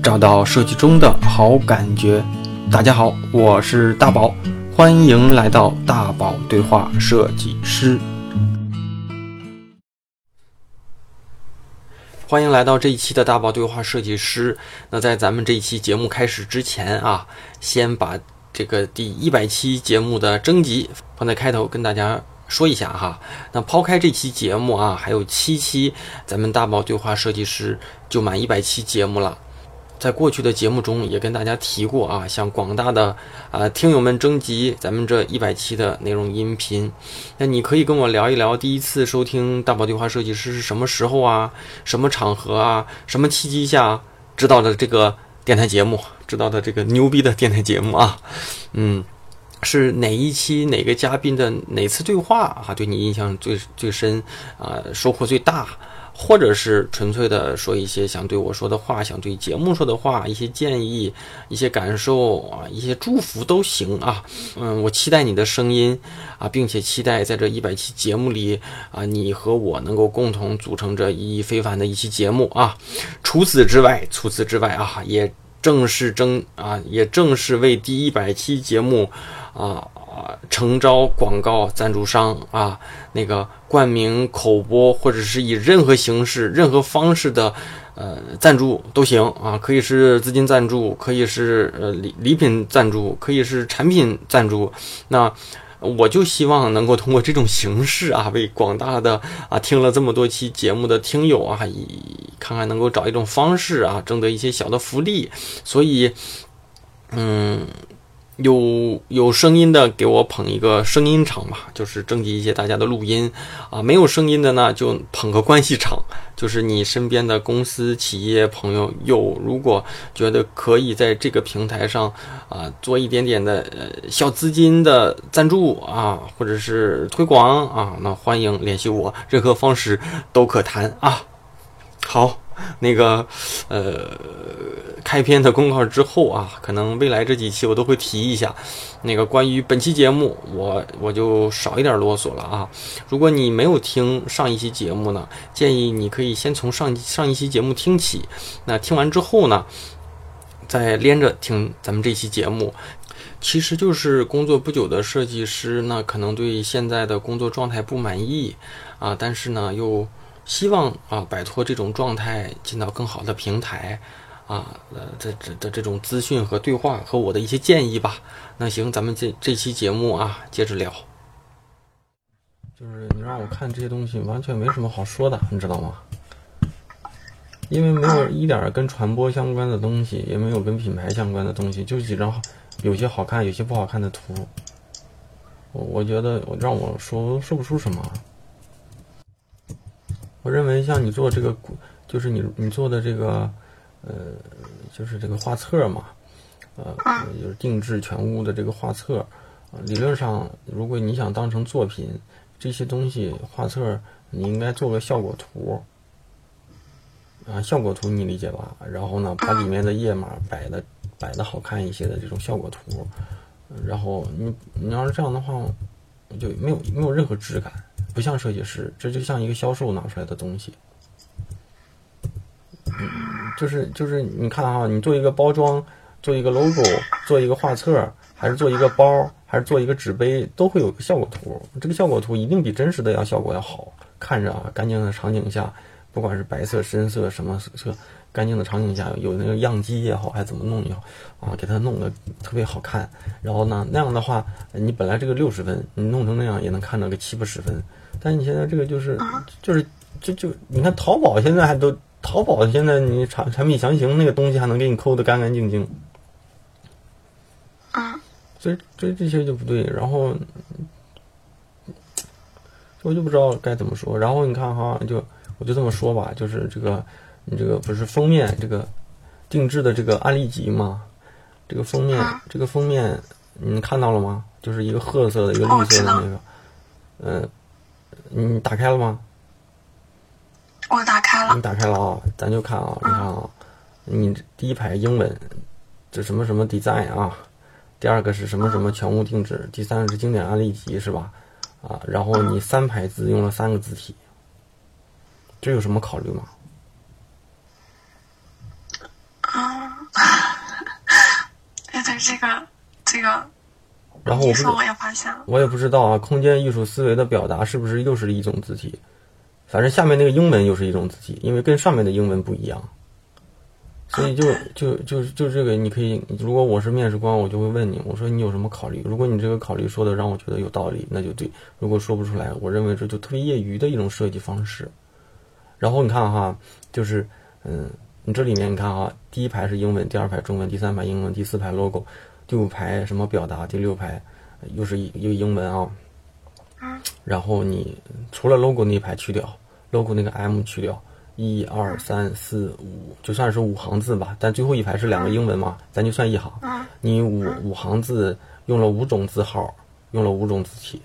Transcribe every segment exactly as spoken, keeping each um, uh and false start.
找到设计中的好感觉。大家好，我是大宝，欢迎来到大宝对话设计师。欢迎来到这一期的大宝对话设计师。那在咱们这一期节目开始之前啊，先把这个第一百期节目的征集放在开头跟大家说一下哈。那抛开这期节目啊，还有七期咱们大宝对话设计师就满一百期节目了。在过去的节目中也跟大家提过啊，向广大的啊、呃、听友们征集咱们这一百期的内容音频。那你可以跟我聊一聊第一次收听大宝对话设计师是什么时候啊，什么场合啊，什么契机下知道的这个电台节目，知道的这个牛逼的电台节目啊。嗯，是哪一期哪个嘉宾的哪次对话啊对你印象最最深啊、呃，收获最大，或者是纯粹的说一些想对我说的话，想对节目说的话，一些建议，一些感受啊，一些祝福都行啊。嗯，我期待你的声音啊，并且期待在这一百期节目里啊，你和我能够共同组成这意义非凡的一期节目啊。除此之外，除此之外啊，也正是征啊，也正是为第一百期节目啊。啊，诚招广告赞助商啊，那个冠名口播，或者是以任何形式、任何方式的呃赞助都行啊，可以是资金赞助，可以是呃礼礼品赞助，可以是产品赞助。那我就希望能够通过这种形式啊，为广大的啊听了这么多期节目的听友啊，以看看能够找一种方式啊，挣得一些小的福利。所以，嗯。有有声音的给我捧一个声音场吧，就是征集一些大家的录音啊。没有声音的呢，就捧个关系场，就是你身边的公司、企业、朋友有如果觉得可以在这个平台上啊做一点点的呃小资金的赞助啊，或者是推广啊，那欢迎联系我，任何方式都可谈啊。好。那个呃开篇的公告之后啊，可能未来这几期我都会提一下。那个关于本期节目我我就少一点啰嗦了啊。如果你没有听上一期节目呢，建议你可以先从上上一期节目听起，那听完之后呢再连着听咱们这期节目。其实就是工作不久的设计师呢，可能对现在的工作状态不满意啊，但是呢又希望啊摆脱这种状态，进到更好的平台啊，呃，这这的这种资讯和对话和我的一些建议吧。那行，咱们这这期节目啊，接着聊。就是你让我看这些东西，完全没什么好说的，你知道吗？因为没有一点跟传播相关的东西，也没有跟品牌相关的东西，就几张有些好看、有些不好看的图。我我觉得我让我说说不出什么。我认为像你做这个，就是你你做的这个，呃，就是这个画册嘛，呃，就是定制全屋的这个画册，呃，理论上如果你想当成作品，这些东西画册你应该做个效果图，啊，效果图你理解吧？然后呢，把里面的页码摆的摆的好看一些的这种效果图，然后你你要是这样的话，就没有没有任何质感。不像设计师，这就像一个销售拿出来的东西。嗯，就是就是你看啊，你做一个包装，做一个 logo， 做一个画册，还是做一个包，还是做一个纸杯，都会有个效果图。这个效果图一定比真实的要效果要好，看着啊，干净的场景下，不管是白色、深色什么色，干净的场景下，有那个样机也好，还怎么弄也好啊，给它弄得特别好看。然后呢，那样的话，你本来这个六十分，你弄成那样也能看到个七八十分。但你现在这个就是就是就就你看淘宝现在还都淘宝现在你产产品详情那个东西还能给你抠得干干净净， 啊， 所以所以这些就不对。然后我就不知道该怎么说。然后你看哈，就我就这么说吧，就是这个你这个不是封面这个定制的这个案例集嘛，这个封面这个封面你看到了吗？就是一个褐色的一个绿色的那个，嗯。你打开了吗？ 我打开了。 你打开了啊，咱就看啊，你看啊，你第一排英文，这什么什么 design 啊，第二个是什么什么全屋定制，第三个是经典案例集是吧？啊，然后你三排字用了三个字体，这有什么考虑吗？ 啊， 这个这个， 然后我不说我也发现了， 我也不知道啊，空间艺术思维的表达是不是又是一种字体？反正下面那个英文又是一种字体，因为跟上面的英文不一样，所以就就就就这个，你可以，如果我是面试官，我就会问你，我说你有什么考虑？如果你这个考虑说的让我觉得有道理，那就对；如果说不出来，我认为这就特别业余的一种设计方式。然后你看哈，就是嗯，你这里面你看哈，第一排是英文，第二排中文，第三排英文，第四排 logo， 第五排什么表达，第六排又是一一个英文啊。然后你除了 logo 那一排去掉 ，logo 那个 M 去掉，一二三四五，就算是五行字吧，但最后一排是两个英文嘛，咱就算一行。你五五行字用了五种字号，用了五种字体，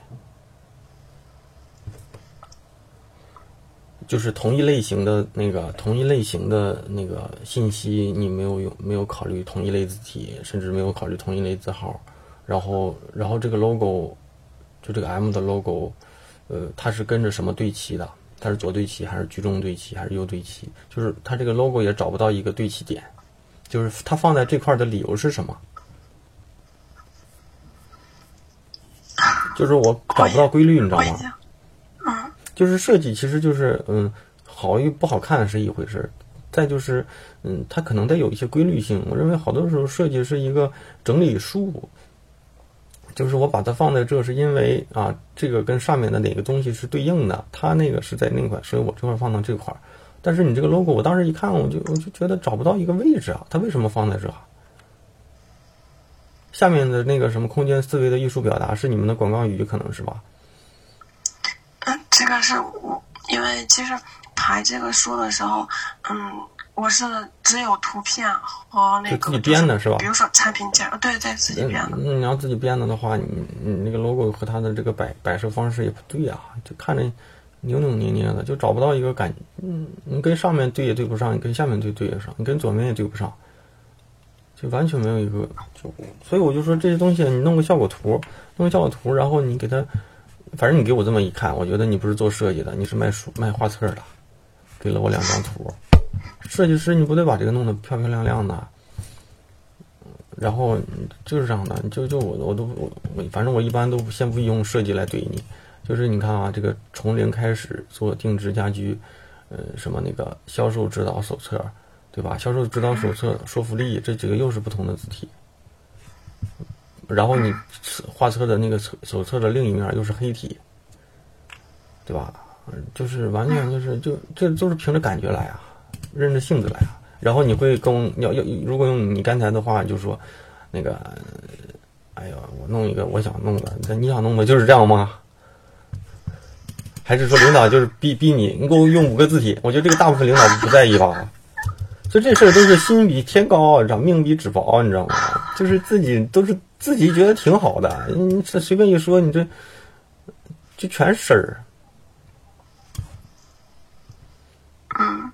就是同一类型的那个同一类型的那个信息，你没有用没有考虑同一类字体，甚至没有考虑同一类字号，然后然后这个 logo。就这个 M 的 logo， 呃，它是跟着什么对齐的？它是左对齐还是居中对齐还是右对齐？就是它这个 logo 也找不到一个对齐点，就是它放在这块的理由是什么？就是我找不到规律，你知道吗？ 嗯， 就是设计其实就是嗯，好与不好看是一回事，再就是嗯，它可能得有一些规律性。我认为好多时候设计是一个整理术。就是我把它放在这，是因为啊，这个跟上面的哪个东西是对应的，它那个是在那块，所以我这块放到这块。但是你这个 logo， 我当时一看，我就我就觉得找不到一个位置啊，它为什么放在这？下面的那个什么空间思维的艺术表达是你们的广告语，可能是吧？ 嗯，这个是我，因为其实排这个书的时候，嗯。我是只有图片和那个自己编的是吧？ 比如说产品介绍，对对，自己编的。 嗯，你要自己编的的话，你你那个 logo 和它的这个摆摆设方式也不对啊，就看着扭扭捏捏的，就找不到一个感。嗯，你跟上面对也对不上，你跟下面对对也上，你跟左面也对不上，就完全没有一个。就所以我就说这些东西，你弄个效果图，弄个效果图，然后你给它，反正你给我这么一看，我觉得你不是做设计的，你是卖书卖画册的，给了我两张图。设计师，你不得把这个弄得漂漂亮亮的，然后就是这样的，就就我我都我我反正我一般都先不用设计来怼你，就是你看啊，这个从零开始做定制家居，呃，什么那个销售指导手册，对吧？销售指导手册、说服力这几个又是不同的字体，然后你画册的那个手册的另一面又是黑体，对吧？就是完全就是就这都是凭着感觉来啊。认着性子来啊，然后你会跟要要，如果用你刚才的话，就说那个，哎呦，我弄一个我想弄的，那你想弄的就是这样吗？还是说领导就是逼逼你，你给我用五个字体？我觉得这个大部分领导不在意吧。就这事儿都是心比天高，你知道，命比纸薄，你知道吗？就是自己都是自己觉得挺好的，你随便一说，你这就全是事儿。 嗯。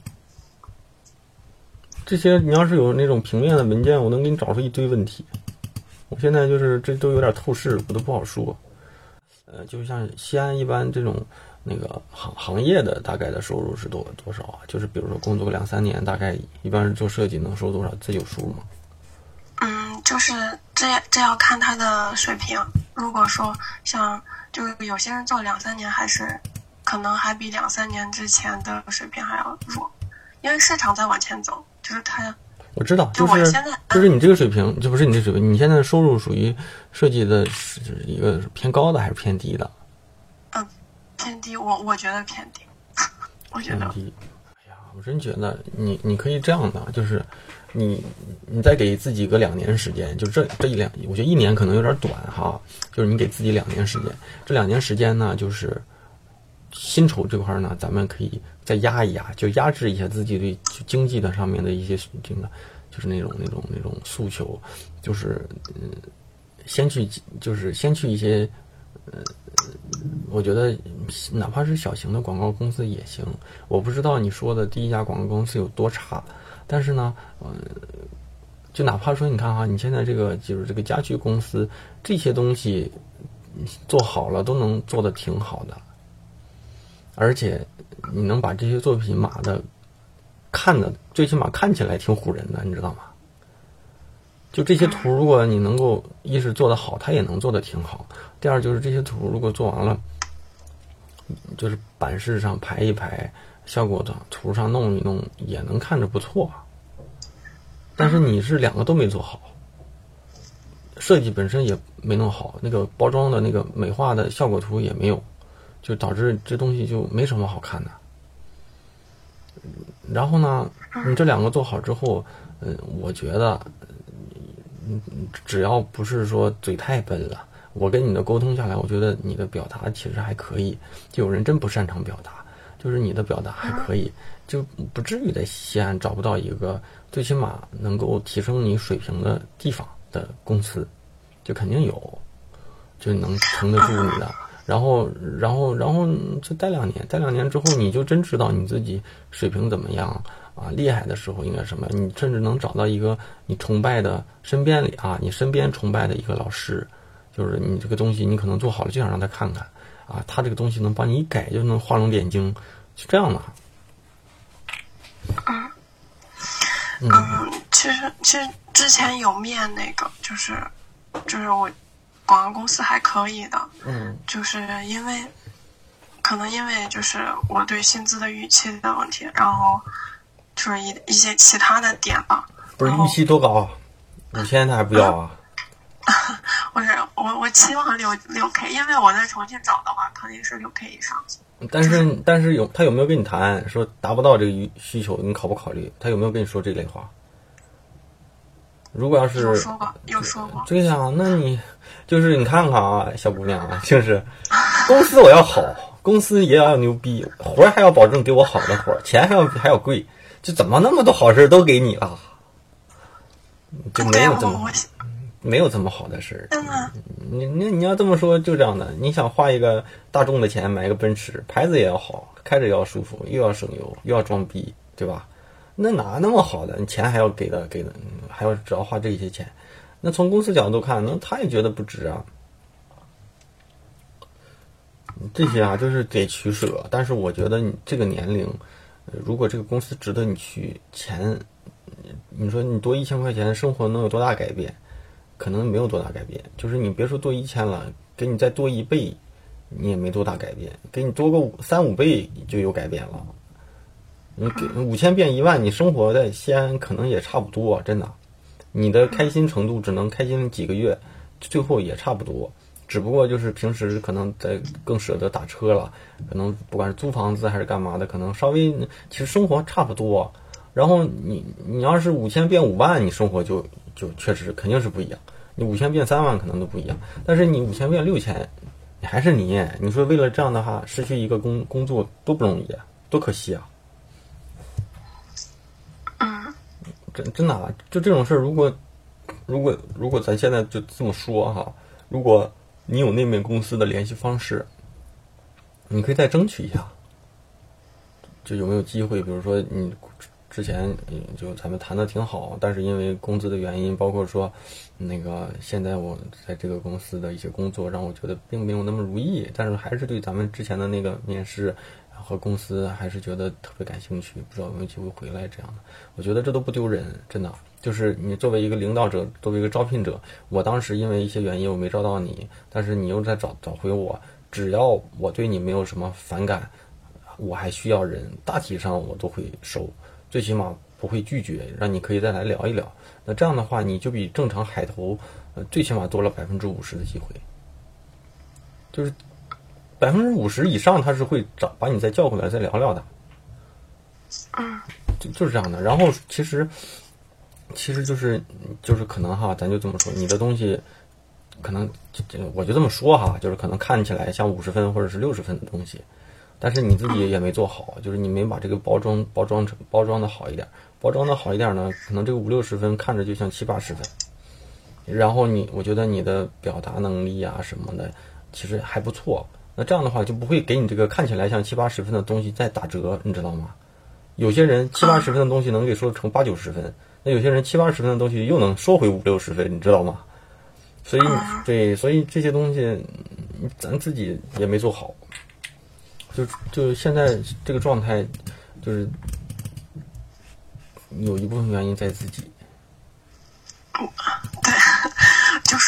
这些你要是有那种平面的文件，我能给你找出一堆问题。我现在就是这都有点透视，我都不好说。呃，就像西安一般这种那个行行业的大概的收入是多多少啊？就是比如说工作个两三年，大概一般是做设计能收多少？自己有数吗？ 嗯，就是这这要看他的水平。如果说像就有些人做两三年，还是可能还比两三年之前的水平还要弱，因为市场在往前走。就是他， 我知道，就是就是你这个水平，这不是你这水平，你现在的收入属于设计的是一个偏高的还是偏低的？ 嗯，偏低，我我觉得偏低，我觉得偏低。哎呀，我真觉得你你可以这样的，就是你你再给自己个两年时间，就这这一两，我觉得一年可能有点短哈，就是你给自己两年时间，这两年时间呢，就是薪酬这块呢，咱们可以再压一压，就压制一下自己对经济的上面的一些这个，就是那种那种那种诉求，就是嗯，先去就是先去一些，呃，我觉得哪怕是小型的广告公司也行。我不知道你说的第一家广告公司有多差，但是呢，呃，就哪怕说你看哈，你现在这个就是这个家居公司，这些东西做好了都能做得挺好的。而且你能把这些作品码的看的最起码看起来挺唬人的，你知道吗？ 就这些图，如果你能够一是做得好，它也能做得挺好。第二就是这些图如果做完了，就是版式上排一排，效果的图上弄一弄，也能看着不错。但是你是两个都没做好，设计本身也没弄好，那个包装的那个美化的效果图也没有，就导致这东西就没什么好看的。然后呢，你这两个做好之后，嗯，我觉得，嗯，只要不是说嘴太笨了，我跟你的沟通下来，我觉得你的表达其实还可以。就有人真不擅长表达，就是你的表达还可以，就不至于在西安找不到一个最起码能够提升你水平的地方的公司，就肯定有，就能撑得住你的。然后，然后，然后就待两年，待两年之后，你就真知道你自己水平怎么样啊，厉害的时候应该什么，你甚至能找到一个你崇拜的身边里啊，你身边崇拜的一个老师，就是你这个东西你可能做好了就想让他看看啊，他这个东西能帮你一改就能画龙点睛，是这样的。 嗯嗯，其实其实之前有面那个就是就是我广告公司还可以的， 嗯， 就是因为可能因为就是我对薪资的预期的问题，然后就是一一些其他的点吧。 不是预期多高？五千他还不要啊？ 不是，我我期望六六 K， 因为我在重庆找的话肯定是六 K 以上。 但是但是有他有没有跟你谈说达不到这个需求，你考不考虑？他有没有跟你说这类话？如果要是有说过，有说过。 对呀，那你就是你看看啊，小姑娘啊，就是公司我要好，公司也要牛逼，活儿还要保证给我好的活儿，钱还要还要贵，就怎么那么多好事都给你了？就没有这么没有这么好的事儿。你你你要这么说就这样的，你想花一个大众的钱买一个奔驰，牌子也要好，开着也要舒服，又要省油，又要装逼，对吧？那哪那么好的，你钱还要给的给的，还要只要花这些钱，那从公司角度看，那他也觉得不值啊。这些啊，就是得取舍。但是我觉得你这个年龄，如果这个公司值得你去，钱，你说你多一千块钱，生活能有多大改变？可能没有多大改变。就是你别说多一千了，给你再多一倍，你也没多大改变。给你多个五三五倍就有改变了。你给五千变一万，你生活在西安可能也差不多，真的。你的开心程度只能开心几个月，最后也差不多。只不过就是平时可能在更舍得打车了，可能不管是租房子还是干嘛的，可能稍微其实生活差不多。然后你你要是五千变五万，你生活就就确实肯定是不一样。你五千变三万可能都不一样，但是你五千变六千，你还是你。你说为了这样的话失去一个工工作多不容易，多可惜啊！ 嗯， 真真的啊，就这种事儿，如果如果如果咱现在就这么说哈，如果你有那面公司的联系方式，你可以再争取一下，就有没有机会？比如说你之前就咱们谈的挺好，但是因为工资的原因，包括说那个现在我在这个公司的一些工作，让我觉得并没有那么如意，但是还是对咱们之前的那个面试和公司还是觉得特别感兴趣，不知道有没有机会回来这样的。我觉得这都不丢人，真的。就是你作为一个领导者，作为一个招聘者，我当时因为一些原因我没招到你，但是你又在找找回我，只要我对你没有什么反感，我还需要人，大体上我都会收，最起码不会拒绝，让你可以再来聊一聊。那这样的话，你就比正常海投，呃，最起码多了百分之五十的机会，就是百分之五十以上，他是会找把你再叫回来再聊聊的。 嗯， 就就是这样的。然后其实。其实就是就是可能哈，咱就这么说，你的东西可能我就这么说哈，就是可能看起来像五十分或者是六十分的东西，但是你自己也没做好，就是你没把这个包装包装成包装的好一点，包装的好一点呢，可能这个五六十分看着就像七八十分。然后你我觉得你的表达能力啊什么的其实还不错，那这样的话就不会给你这个看起来像七八十分的东西再打折，你知道吗？有些人七八十分的东西能给说成八九十分，那有些人七八十分的东西又能收回五六十分，你知道吗？所以对，所以这些东西咱自己也没做好，就就现在这个状态，就是有一部分原因在自己。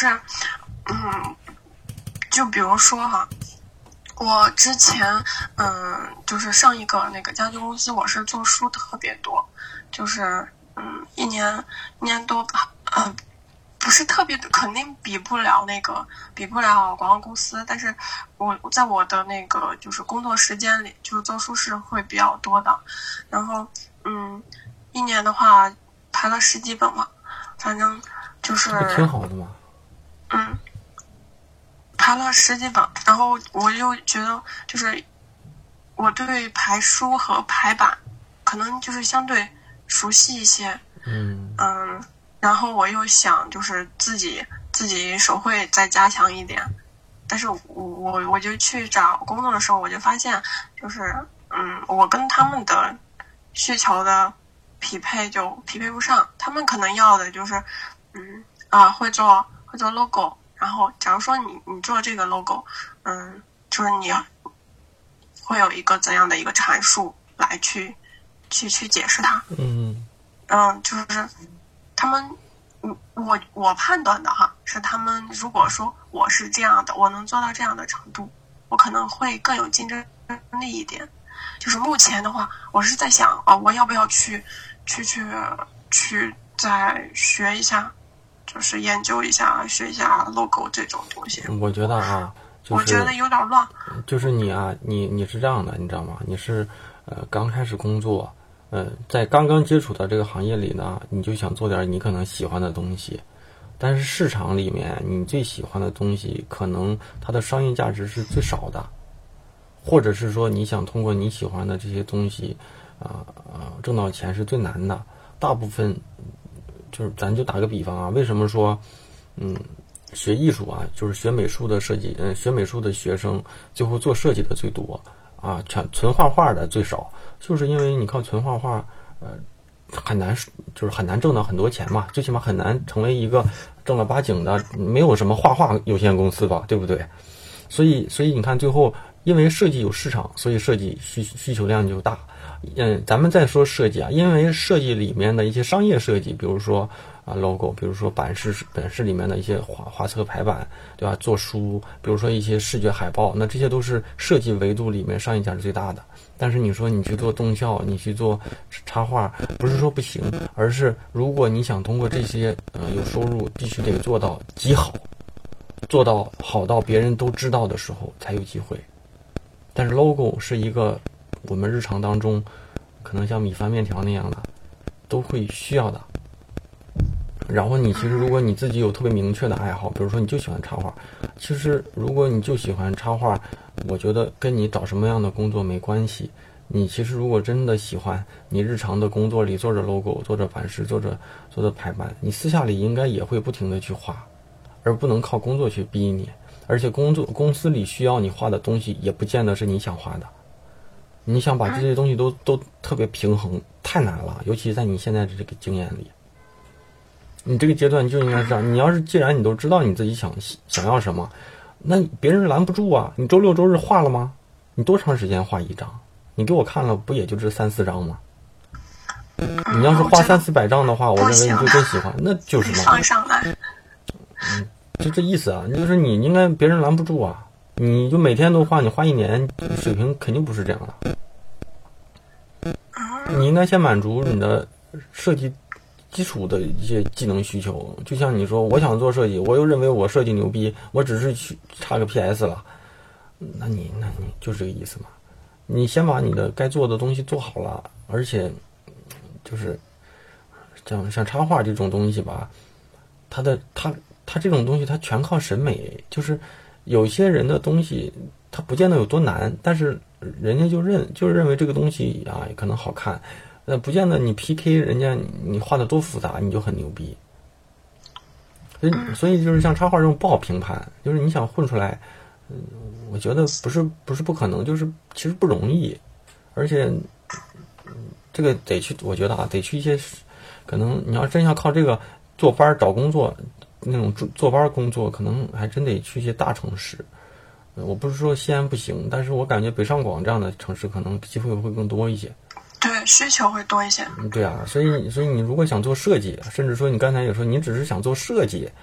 是，嗯，就比如说哈，我之前嗯，就是上一个那个家居公司，我是做书特别多，就是嗯，一年一年多吧，嗯。不是特别，肯定比不了那个，比不了广告公司。但是我在我的那个就是工作时间里，就是做书是会比较多的。然后，嗯，一年的话排了十几本嘛，反正就是。 这挺好的嘛。 嗯，排了十几本，然后我就觉得，就是我对排书和排版可能就是相对熟悉一些。 嗯。 嗯。然后我又想，就是自己自己手绘再加强一点，但是我我我就去找工作的时候，我就发现，就是嗯，我跟他们的需求的匹配就匹配不上，他们可能要的就是嗯啊会做会做 logo， 然后假如说你你做这个 logo， 嗯，就是你会有一个怎样的一个阐述来去去去解释它， 嗯嗯，就是。他们，我我判断的哈，是他们如果说我是这样的，我能做到这样的程度，我可能会更有竞争力一点。就是目前的话，我是在想啊，我要不要去去去去再学一下，就是研究一下，学一下 logo 这种东西。 我觉得啊，就是、 我觉得有点乱。 就是你啊，你你是这样的，你知道吗？你是呃刚开始工作。呃，在刚刚接触到这个行业里呢，你就想做点你可能喜欢的东西，但是市场里面你最喜欢的东西，可能它的商业价值是最少的，或者是说你想通过你喜欢的这些东西，啊、呃、啊挣到钱是最难的。大部分就是咱就打个比方啊，为什么说，嗯，学艺术啊，就是学美术的设计，嗯、呃，学美术的学生最后做设计的最多。啊，全纯画画的最少，就是因为你靠纯画画，呃，很难，就是很难挣到很多钱嘛，最起码很难成为一个正儿八经的，没有什么画画有限公司吧，对不对？所以，所以你看，最后因为设计有市场，所以设计需需求量就大。嗯，咱们再说设计啊，因为设计里面的一些商业设计，比如说啊 logo， 比如说版式本式里面的一些画画册排版，对吧？做书，比如说一些视觉海报，那这些都是设计维度里面商业价值最大的。但是你说你去做动效，你去做插画，不是说不行，而是如果你想通过这些呃有收入，必须得做到极好，做到好到别人都知道的时候才有机会。但是 logo 是一个我们日常当中可能像米饭面条那样的都会需要的。然后你其实如果你自己有特别明确的爱好，比如说你就喜欢插画，其实如果你就喜欢插画，我觉得跟你找什么样的工作没关系。你其实如果真的喜欢，你日常的工作里做着 logo， 做着版式，做着做着排版，你私下里应该也会不停的去画，而不能靠工作去逼你。而且工作公司里需要你画的东西也不见得是你想画的，你想把这些东西都都特别平衡太难了，尤其在你现在的这个经验里，你这个阶段就应该这样。你要是既然你都知道你自己想想要什么，那别人拦不住啊。你周六周日画了吗？你多长时间画一张？你给我看了不也就这三四张吗？你要是画三四百张的话，我认为你就真喜欢，那就是嘛。 放上来。 嗯，就这意思啊，就是你应该别人拦不住啊，你就每天都画，你画一年，水平肯定不是这样的。你应该先满足你的设计基础的一些技能需求，就像你说我想做设计，我又认为我设计牛逼，我只是去差个 P S 了，那你那你就这个意思嘛。你先把你的该做的东西做好了，而且就是像像插画这种东西吧，它的它它这种东西它全靠审美，就是有些人的东西它不见得有多难，但是人家就认就认为这个东西啊可能好看，那不见得你 P K 人家你画的多复杂你就很牛逼。所以所以就是像插画这种不好评判，就是你想混出来，嗯，我觉得不是不是不可能，就是其实不容易，而且这个得去，我觉得啊，得去一些，可能你要真要靠这个坐班找工作，那种坐班工作，可能还真得去一些大城市。我不是说西安不行，但是我感觉北上广这样的城市可能机会会更多一些。 对，需求会多一些。 对啊，所以所以你如果想做设计，甚至说你刚才也说你只是想做设计，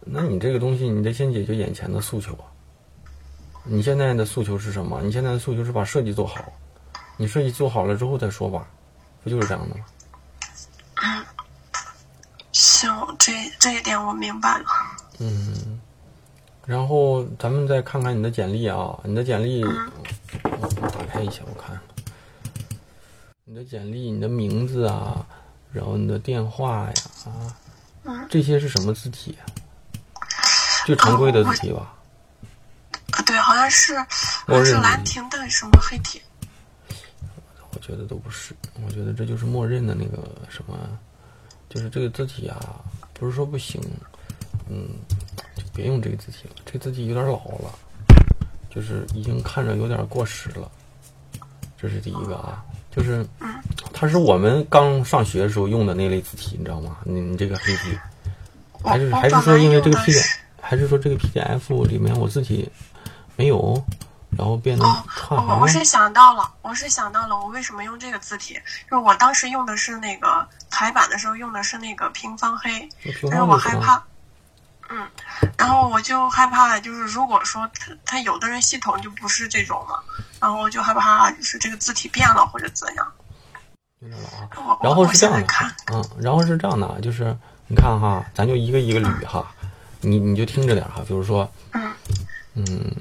那你这个东西，你得先解决眼前的诉求啊。你现在的诉求是什么？你现在的诉求是把设计做好，你设计做好了之后再说吧，不就是这样的吗？ 嗯，行，这这一点我明白了。 嗯，然后咱们再看看你的简历啊，你的简历， 嗯、 我打开一下，我看你的简历，你的名字啊，然后你的电话呀啊， 嗯， 这些是什么字体？就常规的字体吧。 呃，对，好像是默认的是兰亭的什么黑体。 我觉得都不是，我觉得这就是默认的那个什么，就是这个字体啊，不是说不行，嗯，就别用这个字体了，这个字体有点老了，就是已经看着有点过时了，这是第一个啊，就是它是我们刚上学的时候用的那类字体，你知道吗？你你这个黑体，还是还是说因为这个 P D， 还是说这个 P D F 里面我字体没有？然后变得串行了。 哦，我是想到了，我是想到了，我为什么用这个字体？就是我当时用的是那个排版的时候用的是那个平方黑，但是我害怕，嗯，然后我就害怕，就是如果说他他有的人系统就不是这种嘛，然后我就害怕就是这个字体变了或者怎样。 有点老啊。然后是这样的，嗯，然后是这样的，就是你看哈，咱就一个一个捋哈，嗯、你你就听着点哈，比如说，嗯嗯。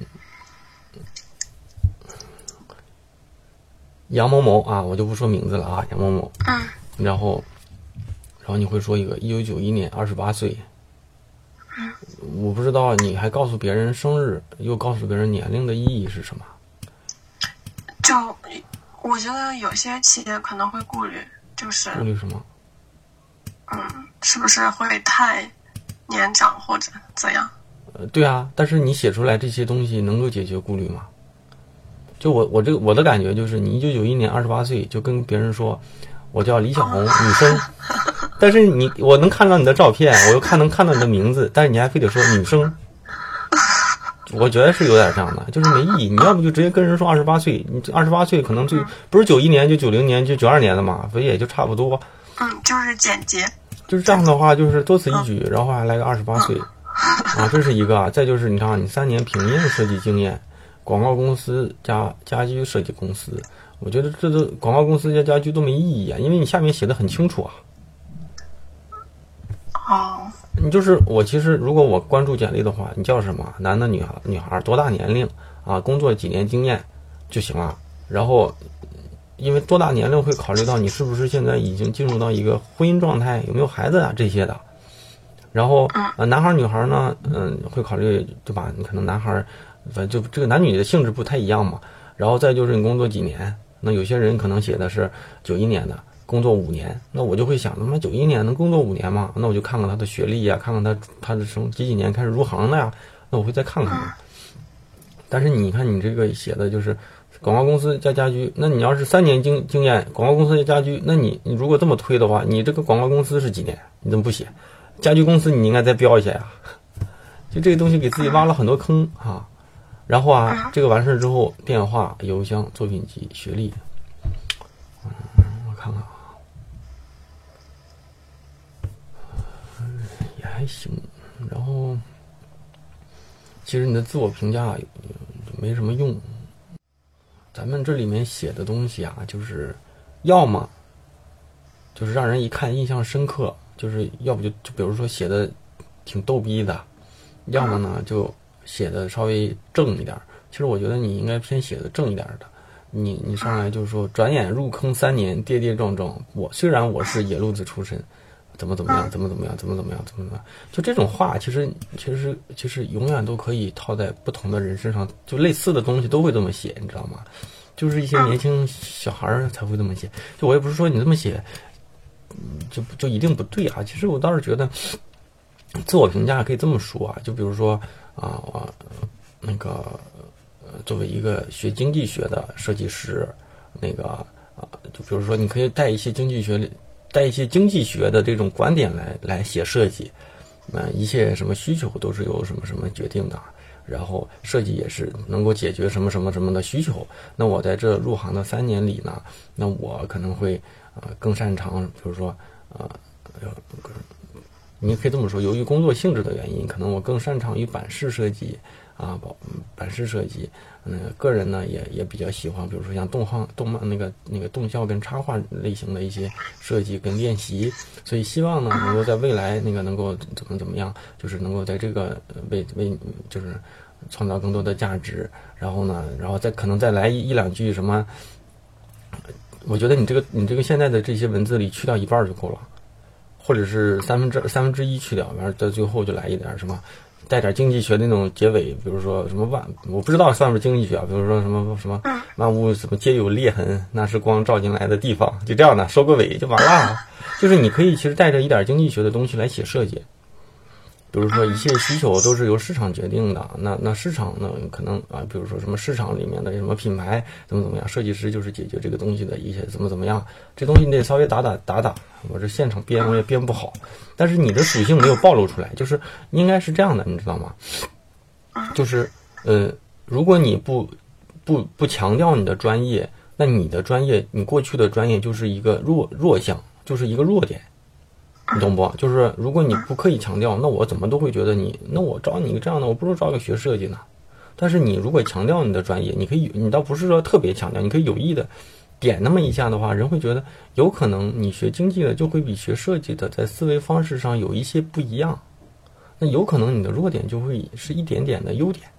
杨某某啊，我就不说名字了啊，杨某某。 嗯。 然后，然后你会说一个一九九一年二十八岁。 嗯。 我不知道你还告诉别人生日，又告诉别人年龄的意义是什么？ 就我觉得有些企业可能会顾虑，就是顾虑什么？ 嗯，是不是会太年长或者怎样？ 呃，对啊，但是你写出来这些东西能够解决顾虑吗？就我我这个我的感觉就是，你一九九一年二十八岁就跟别人说，我叫李小红，女生，但是你我能看到你的照片，我又看能看到你的名字，但是你还非得说女生，我觉得是有点这样的，就是没意义。你要不就直接跟人说二十八岁，你二十八岁可能就不是九一年就九零年就九二年的嘛，所以也就差不多。 嗯，就是简洁。 就是这样的话，就是多此一举，然后还来个二十八岁，啊，这是一个啊。再就是你看，你三年平面设计经验。广告公司加家居设计公司，我觉得这都广告公司加家居都没意义啊，因为你下面写的很清楚啊。 哦， 你就是我其实如果我关注简历的话，你叫什么，男的女孩女孩多大年龄啊，工作几年经验就行了。然后因为多大年龄会考虑到你是不是现在已经进入到一个婚姻状态，有没有孩子啊这些的。然后呃男孩女孩呢，嗯，会考虑对吧？你可能男孩。反正就这个男女的性质不太一样嘛，然后再就是你工作几年，那有些人可能写的是九一年的，工作五年，那我就会想，他妈九一年能工作五年吗？那我就看看他的学历呀，看看他他是从几几年开始入行的呀，那我会再看看嘛。但是你看你这个写的就是广告公司加家居，那你要是三年经经验，广告公司加家居，那你你如果这么推的话，你这个广告公司是几年？你怎么不写？家居公司你应该再标一下呀。就这个东西给自己挖了很多坑啊。然后啊，这个完事之后，电话、邮箱、作品集、学历，嗯，我看看啊，也还行。然后，其实你的自我评价没什么用。咱们这里面写的东西啊，就是要么就是让人一看印象深刻，就是要不就就比如说写的挺逗逼的，要么呢就。写的稍微正一点，其实我觉得你应该偏写的正一点的。你你上来就是说，转眼入坑三年，跌跌撞撞。我虽然我是野路子出身，怎么怎么样，怎么怎么样，怎么怎么样，怎么怎么样，就这种话，其实其实其实永远都可以套在不同的人身上，就类似的东西都会这么写，你知道吗？就是一些年轻小孩才会这么写。就我也不是说你这么写，就就一定不对啊。其实我倒是觉得，自我评价可以这么说啊，就比如说。啊，我那个作为一个学经济学的设计师，那个啊，就比如说你可以带一些经济学，带一些经济学的这种观点来来写设计，那、呃、一切什么需求都是由什么什么决定的，然后设计也是能够解决什么什么什么的需求。那我在这入行的三年里呢，那我可能会啊、呃、更擅长，比如说啊。呃你可以这么说，由于工作性质的原因，可能我更擅长于版式设计啊，版式设计。嗯，个人呢也也比较喜欢，比如说像动画、动漫那个那个动效跟插画类型的一些设计跟练习，所以希望呢能够在未来那个能够怎么怎么样，就是能够在这个为为就是创造更多的价值，然后呢，然后再可能再来一一两句什么，我觉得你这个你这个现在的这些文字里去掉一半就够了，或者是三分之三分之一去掉，完了在最后就来一点什么。带点经济学的那种结尾，比如说什么万，我不知道算不算经济学啊，比如说什么什么万物什么皆有裂痕，那是光照进来的地方，就这样的收个尾就完了。就是你可以其实带着一点经济学的东西来写设计，比如说一切需求都是由市场决定的，那那市场呢可能啊，比如说什么市场里面的什么品牌怎么怎么样，设计师就是解决这个东西的一些怎么怎么样，这东西你得稍微打打打打，我这现场编我也编不好，但是你的属性没有暴露出来，就是应该是这样的，你知道吗？就是呃，如果你不不不强调你的专业，那你的专业你过去的专业就是一个弱弱项，就是一个弱点。你懂不？就是如果你不刻意强调，那我怎么都会觉得你，那我招你这样的，我不如招个学设计呢。但是你如果强调你的专业，你可以，你倒不是说特别强调，你可以有意的点那么一下的话，人会觉得有可能你学经济的就会比学设计的在思维方式上有一些不一样，那有可能你的弱点就会是一点点的优点。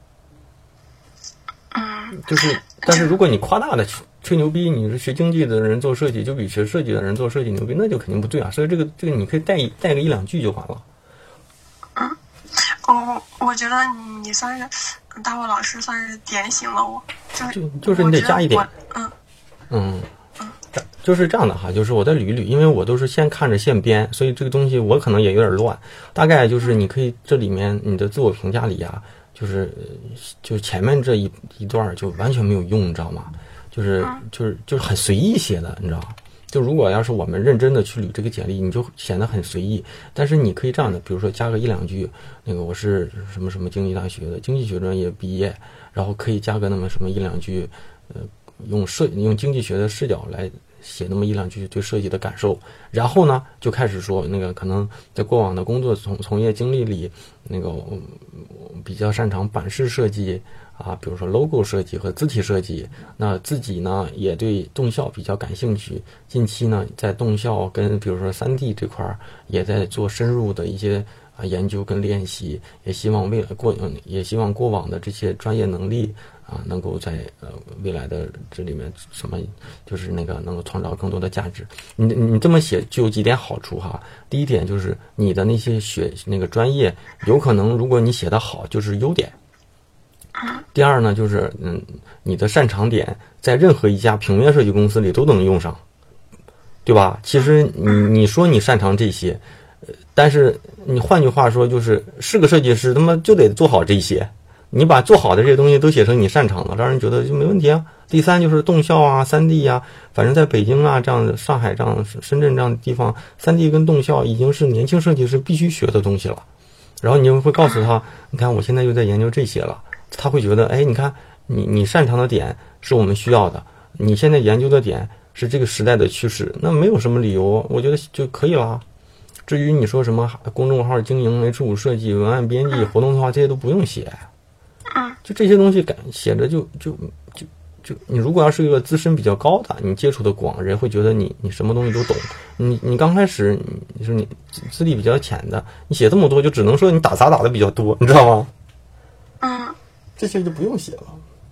就是，但是如果你夸大的吹牛逼，你是学经济的人做设计就比学设计的人做设计牛逼，那就肯定不对啊。所以这个这个你可以带一带个一两句就完了。 嗯，我我觉得你算是大沃老师算是点醒了我， 就就是你得加一点。 嗯嗯嗯，就是这样的哈，就是我再捋一捋，因为我都是先看着现编，所以这个东西我可能也有点乱。大概就是你可以这里面你的自我评价里啊。就是就前面这一一段就完全没有用，你知道吗？就是就是就是很随意写的，你知道吗？就如果要是我们认真的去捋这个简历，你就显得很随意。但是你可以这样的，比如说加个一两句，那个我是什么什么经济大学的经济学专业毕业，然后可以加个那么什么一两句，呃，用设用经济学的视角来写那么一两句对设计的感受，然后呢就开始说那个可能在过往的工作从从业经历里，那个我比较擅长版式设计啊，比如说 logo 设计和字体设计，那自己呢也对动效比较感兴趣，近期呢在动效跟比如说 三 D 这块也在做深入的一些啊研究跟练习，也希望未来过也希望过往的这些专业能力啊，能够在呃未来的这里面什么，就是那个能够创造更多的价值。你你这么写就有几点好处哈。第一点就是你的那些学那个专业，有可能如果你写得好就是优点。第二呢，就是嗯，你的擅长点在任何一家平面设计公司里都能用上，对吧？其实你你说你擅长这些，但是你换句话说就是是个设计师，他妈就得做好这些。你把做好的这些东西都写成你擅长的，让人觉得就没问题啊。第三就是动效啊 三 D 啊，反正在北京啊这样的上海这样深圳这样的地方 三 D 跟动效已经是年轻设计师必须学的东西了。然后你就会告诉他，你看我现在又在研究这些了，他会觉得哎，你看你你擅长的点是我们需要的，你现在研究的点是这个时代的趋势，那没有什么理由，我觉得就可以了。至于你说什么公众号经营 H 五 设计文案编辑活动策划这些都不用写，就这些东西感写着就就就就你如果要是一个资深比较高的，你接触的广，人会觉得你你什么东西都懂。你你刚开始你说你资历比较浅的，你写这么多就只能说你打杂打的比较多，你知道吗？ 嗯， 这些就不用写了。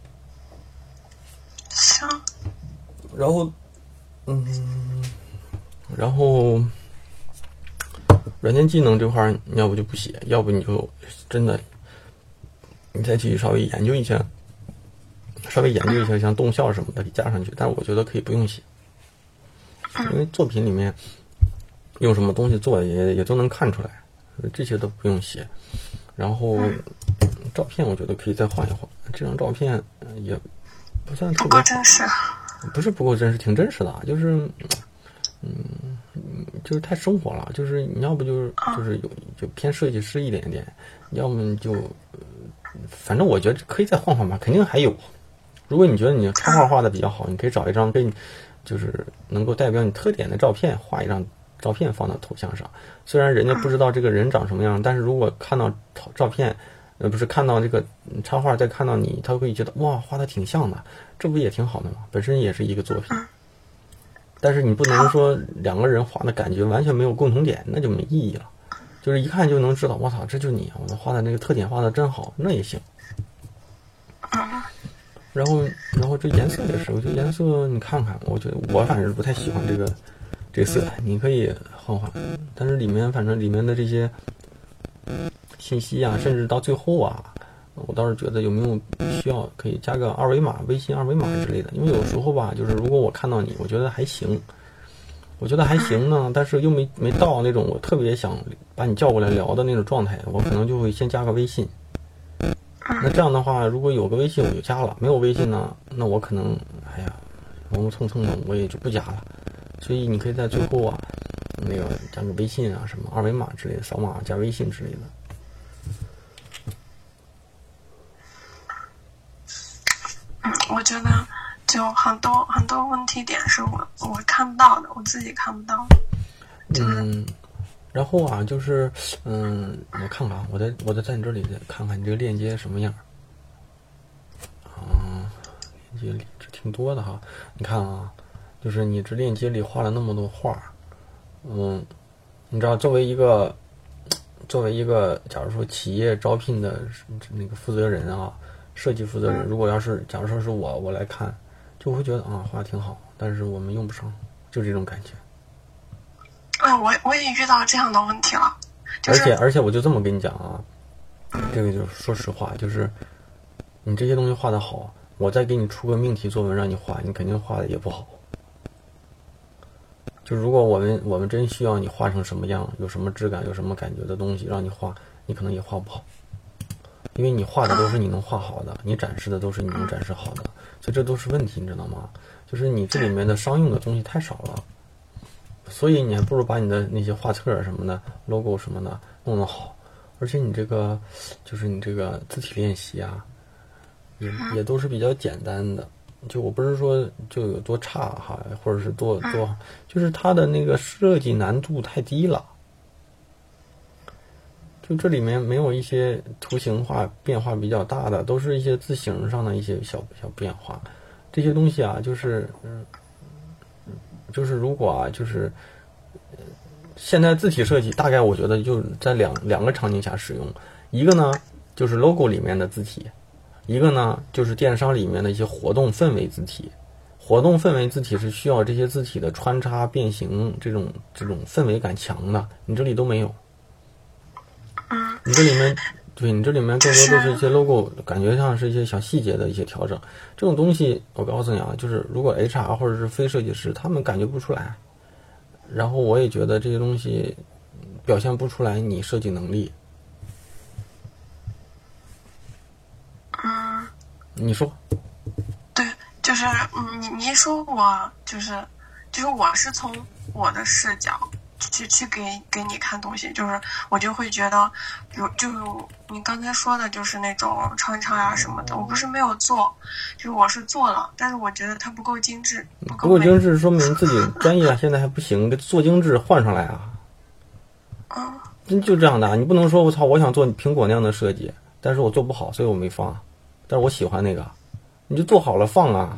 行。 然后，嗯，然后软件技能这块你要不就不写，要不你就真的。你再去稍微研究一下，稍微研究一下像动效什么的给加上去，但是我觉得可以不用写，因为作品里面用什么东西做也也都能看出来，这些都不用写。然后照片我觉得可以再换一换，这张照片也不算特别不够真实， 不是不够真实，挺真实的，就是嗯就是太生活了，就是你要不就是就是有就偏设计师一点点，要么就反正我觉得可以再换换吧，肯定还有。如果你觉得你插画画的比较好，你可以找一张跟就是能够代表你特点的照片，画一张照片放到头像上。虽然人家不知道这个人长什么样，但是如果看到照片，呃，不是看到这个插画，再看到你，他会觉得哇，画的挺像的，这不也挺好的吗？本身也是一个作品。但是你不能说两个人画的感觉完全没有共同点，那就没意义了。就是一看就能知道，我操，这就是你，我画的那个特点画的真好，那也行。然后，然后这颜色也是，我觉得颜色你看看，我觉得我反正不太喜欢这个这个色，你可以换换。但是里面反正里面的这些信息啊，甚至到最后啊，我倒是觉得有没有需要可以加个二维码，微信二维码之类的。因为有时候吧，就是如果我看到你，我觉得还行，我觉得还行呢，但是又没没到那种我特别想把你叫过来聊的那种状态，我可能就会先加个微信。那这样的话，如果有个微信我就加了，没有微信呢，那我可能哎呀磨磨蹭蹭的，我也就不加了。所以你可以在最后啊，那个加个微信啊，什么二维码之类的，扫码加微信之类的。 嗯，我觉得就很多很多问题点是我我看不到的，我自己看不到的。 嗯，然后啊，就是嗯，我看看，我在我在在你这里看看你这个链接什么样。啊，链接里这挺多的哈，你看啊，就是你这链接里画了那么多画，嗯，你知道作为一个作为一个假如说企业招聘的那个负责人啊，设计负责人，如果要是假如说是我我来看，就会觉得啊画挺好，但是我们用不上，就这种感觉。 嗯，我我也遇到这样的问题了，就是、而且而且我就这么跟你讲啊，这个就是说实话，就是你这些东西画得好，我再给你出个命题作文让你画，你肯定画的也不好。就如果我们我们真需要你画成什么样，有什么质感，有什么感觉的东西让你画，你可能也画不好，因为你画的都是你能画好的，你展示的都是你能展示好的，所以这都是问题，你知道吗？就是你这里面的商用的东西太少了。所以你还不如把你的那些画册什么的 logo 什么的弄得好，而且你这个就是你这个字体练习啊，也也都是比较简单的。就我不是说就有多差哈，或者是多多，就是它的那个设计难度太低了。就这里面没有一些图形化变化比较大的，都是一些字形上的一些小小变化。这些东西啊，就是嗯。就是如果啊，就是现在字体设计，大概我觉得就在两两个场景下使用。一个呢，就是 logo 里面的字体；一个呢，就是电商里面的一些活动氛围字体。活动氛围字体是需要这些字体的穿插、变形这种这种氛围感强的，你这里都没有。你这里面。对，你这里面更多都是一些 logo， 感觉像是一些小细节的一些调整。这种东西我告诉你啊，就是如果 H R 或者是非设计师他们感觉不出来，然后我也觉得这些东西表现不出来你设计能力。 嗯， 你说。 对，就是你你一说我就是就是我是从我的视角去去给给你看东西，就是我就会觉得，比如就你刚才说的，就是那种穿插啊什么的，我不是没有做，就是我是做了，但是我觉得它不够精致，不够不够精致，说明自己专业现在还不行，做精致换上来啊。 嗯， 真就这样的，你不能说我操，我想做苹果那样的设计，但是我做不好，所以我没放，但是我喜欢那个，你就做好了放啊。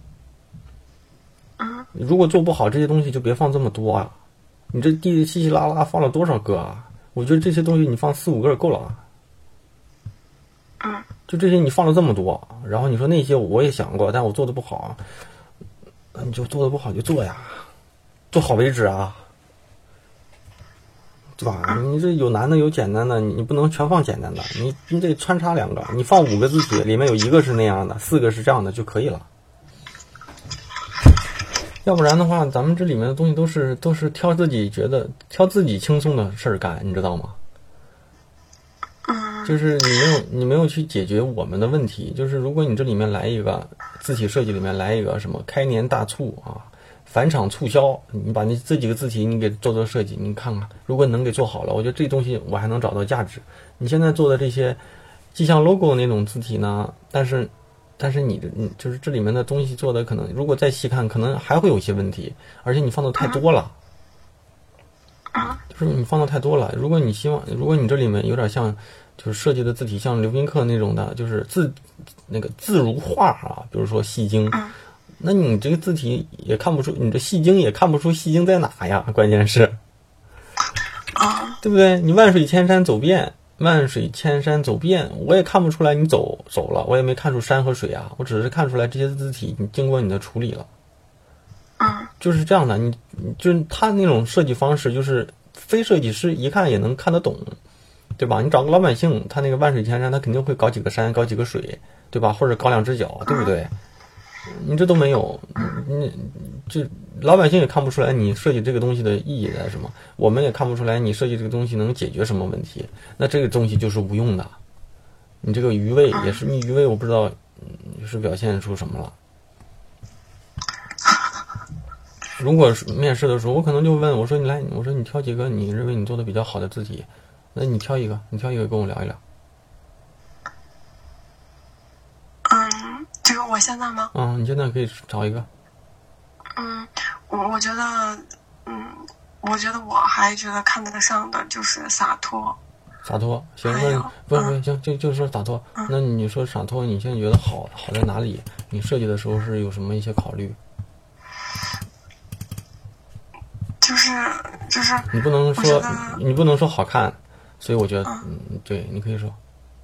嗯， 如果做不好，这些东西就别放这么多啊。你这地稀稀拉拉放了多少个啊？我觉得这些东西你放四五个够了啊。 嗯， 就这些你放了这么多，然后你说那些我也想过，但我做的不好，你就做的不好就做呀，做好为止啊，对吧？你这有难的有简单的，你不能全放简单的，你你得穿插两个，你放五个字体，里面有一个是那样的，四个是这样的就可以了。要不然的话，咱们这里面的东西都是都是挑自己觉得挑自己轻松的事儿干，你知道吗？ 嗯， 就是你没有你没有去解决我们的问题。就是如果你这里面来一个字体设计里面来一个什么开年大促啊，返场促销，你把那这几个字体你给做做设计，你看看，如果能给做好了，我觉得这东西我还能找到价值。你现在做的这些，既像 logo 那种字体呢，但是。但是你的你就是这里面的东西做的可能，如果再细看，可能还会有一些问题，而且你放的太多了。 就是你放的太多了。如果你希望，如果你这里面有点像，就是设计的字体像刘宾客那种的，就是字那个字如画啊，比如说戏精，那你这个字体也看不出，你这戏精也看不出戏精在哪呀？关键是，对不对？你万水千山走遍，万水千山走遍，我也看不出来你走走了，我也没看出山和水啊，我只是看出来这些字体你经过你的处理了。就是这样的，你就是他那种设计方式，就是非设计师一看也能看得懂，对吧？你找个老百姓，他那个万水千山，他肯定会搞几个山，搞几个水，对吧？或者搞两只脚，对不对？你这都没有，你这老百姓也看不出来你设计这个东西的意义在什么，我们也看不出来你设计这个东西能解决什么问题，那这个东西就是无用的。你这个余味也是，你余味我不知道是表现出什么了。如果是面试的时候，我可能就问我说：“你来，我说你挑几个你认为你做的比较好的字体，那你挑一个，你挑一个跟我聊一聊。” 嗯，这个我现在吗？ 嗯，你现在可以找一个。 嗯，我我觉得，嗯，我觉得我还觉得看得上的就是洒脱。 洒脱，行，那不不、嗯、行，就就说洒脱、嗯。那你说洒脱，你现在觉得好好在哪里？你设计的时候是有什么一些考虑？ 就是就是， 你不能说你不能说好看，所以我觉得，嗯，嗯对，你可以说，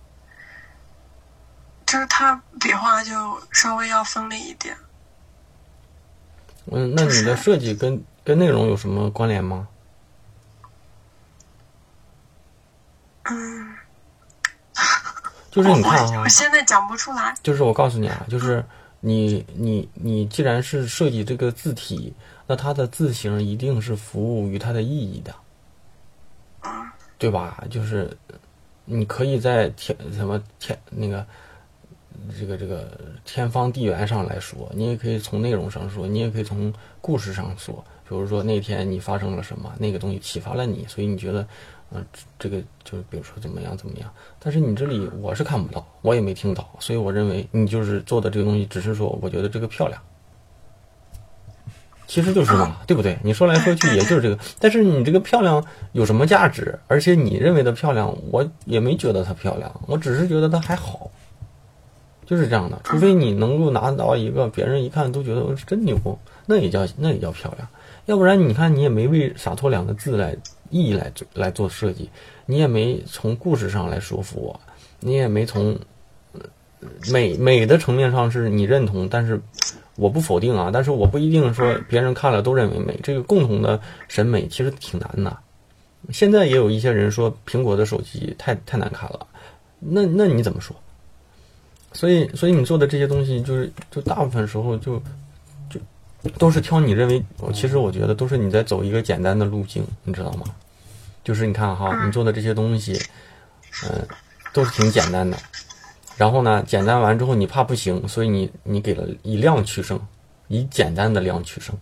就是他笔画就稍微要锋利一点。 嗯，那你的设计跟、就是、跟内容有什么关联吗？ 嗯， 就是你看啊， 我现在讲不出来。 就是我告诉你啊，就是你你你既然是设计这个字体。那它的字形一定是服务于它的意义的，对吧？就是你可以在天什么天那个这个这个天方地缘上来说，你也可以从内容上说，你也可以从故事上说。比如说那天你发生了什么，那个东西启发了你，所以你觉得，嗯、呃，这个就是比如说怎么样怎么样。但是你这里我是看不到，我也没听到，所以我认为你就是做的这个东西，只是说我觉得这个漂亮。其实就是嘛，对不对？你说来说去也就是这个，但是你这个漂亮有什么价值？而且你认为的漂亮，我也没觉得它漂亮，我只是觉得它还好，就是这样的。除非你能够拿到一个别人一看都觉得真牛，那也叫那也叫漂亮。要不然你看你也没为洒脱两个字来意义来来做设计，你也没从故事上来说服我，你也没从美美的层面上是你认同，但是。我不否定啊，但是我不一定说别人看了都认为美，这个共同的审美其实挺难的。现在也有一些人说苹果的手机太太难看了，那那你怎么说？所以所以你做的这些东西，就是就大部分时候就就都是挑你认为，其实我觉得都是你在走一个简单的路径，你知道吗？就是你看哈，你做的这些东西，嗯、呃，都是挺简单的。然后呢，简单完之后你怕不行，所以你你给了以量取胜，以简单的量取胜。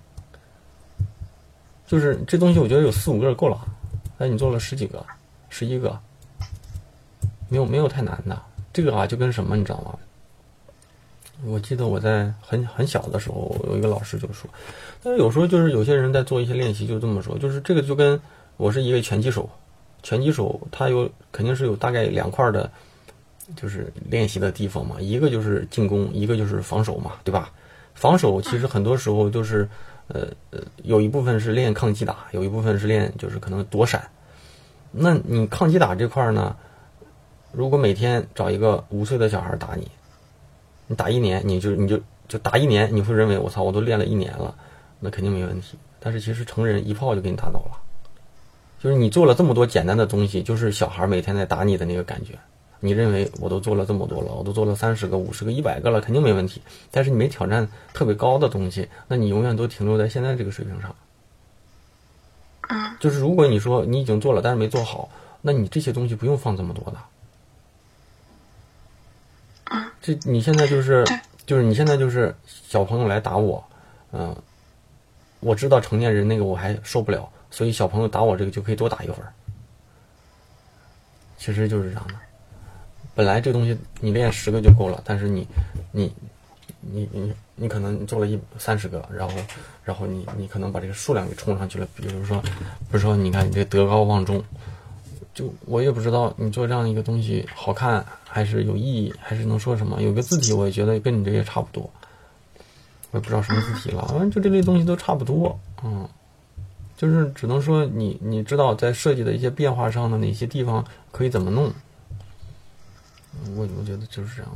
就是这东西我觉得有四五个够了，但你做了十几个、十一个，没有没有太难的。这个啊就跟什么你知道吗？我记得我在很很小的时候，有一个老师就说，但是有时候就是有些人在做一些练习就这么说，就是这个就跟我是一个拳击手，拳击手他有肯定是有大概两块的。就是练习的地方嘛，一个就是进攻，一个就是防守嘛，对吧？防守其实很多时候就是，呃呃，有一部分是练抗击打，有一部分是练就是可能躲闪。那你抗击打这块呢，如果每天找一个五岁的小孩打你，你打一年，你就你就就打一年，你会认为我操，我都练了一年了，那肯定没问题。但是其实成人一炮就给你打倒了，就是你做了这么多简单的东西，就是小孩每天在打你的那个感觉。你认为我都做了这么多了，我都做了三十个、五十个、一百个了，肯定没问题。但是你没挑战特别高的东西，那你永远都停留在现在这个水平上。 嗯， 就是如果你说你已经做了，但是没做好，那你这些东西不用放这么多的。 嗯， 这你现在就是就是你现在就是小朋友来打我，嗯、呃，我知道成年人那个我还受不了，所以小朋友打我这个就可以多打一会儿。其实就是这样的。本来这东西你练十个就够了，但是你，你，你，你你可能做了一三十个，然后然后你你可能把这个数量给冲上去了。比如说，比如说你看你这德高望重，就我也不知道你做这样一个东西好看还是有意义，还是能说什么。有个字体我也觉得跟你这也差不多，我也不知道什么字体了，反正就这类东西都差不多，嗯，就是只能说你你知道在设计的一些变化上的哪些地方可以怎么弄，我我觉得就是这样的。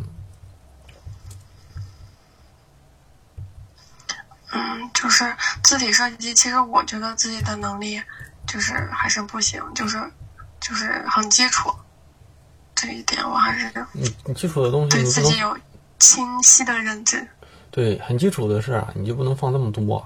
嗯，就是字体设计，其实我觉得自己的能力就是还是不行，就是就是很基础，这一点我还是你你基础的东西对你不能自己有清晰的认知。 对，很基础的事啊，你就不能放这么多。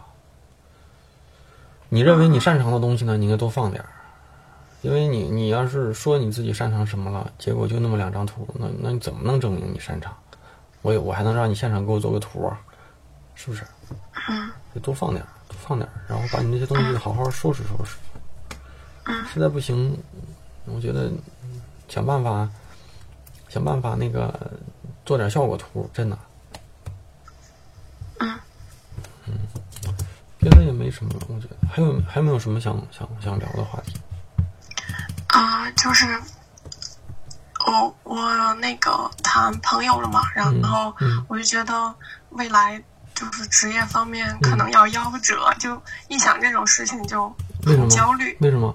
你认为你擅长的东西呢，你应该多放点儿，因为你你要是说你自己擅长什么了，结果就那么两张图，那那你怎么能证明你擅长？我我还能让你现场给我做个图啊，是不是？ 嗯， 就多放点儿，多放点儿，然后把你这些东西好好收拾收拾。 嗯， 实在不行，我觉得想办法想办法那个做点效果图，真的。 嗯嗯，别的也没什么，我觉得还有还有没有什么想想想聊的话题？ 啊、呃，就是我我那个谈朋友了嘛，然后我就觉得未来就是职业方面可能要夭折，嗯、就一想这种事情就很焦虑。 为什么？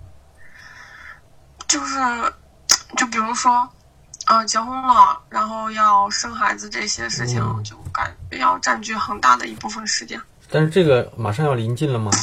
就是就比如说。呃，结婚了，然后要生孩子这些事情，嗯、就感觉要占据很大的一部分时间。 但是这个马上要临近了吗？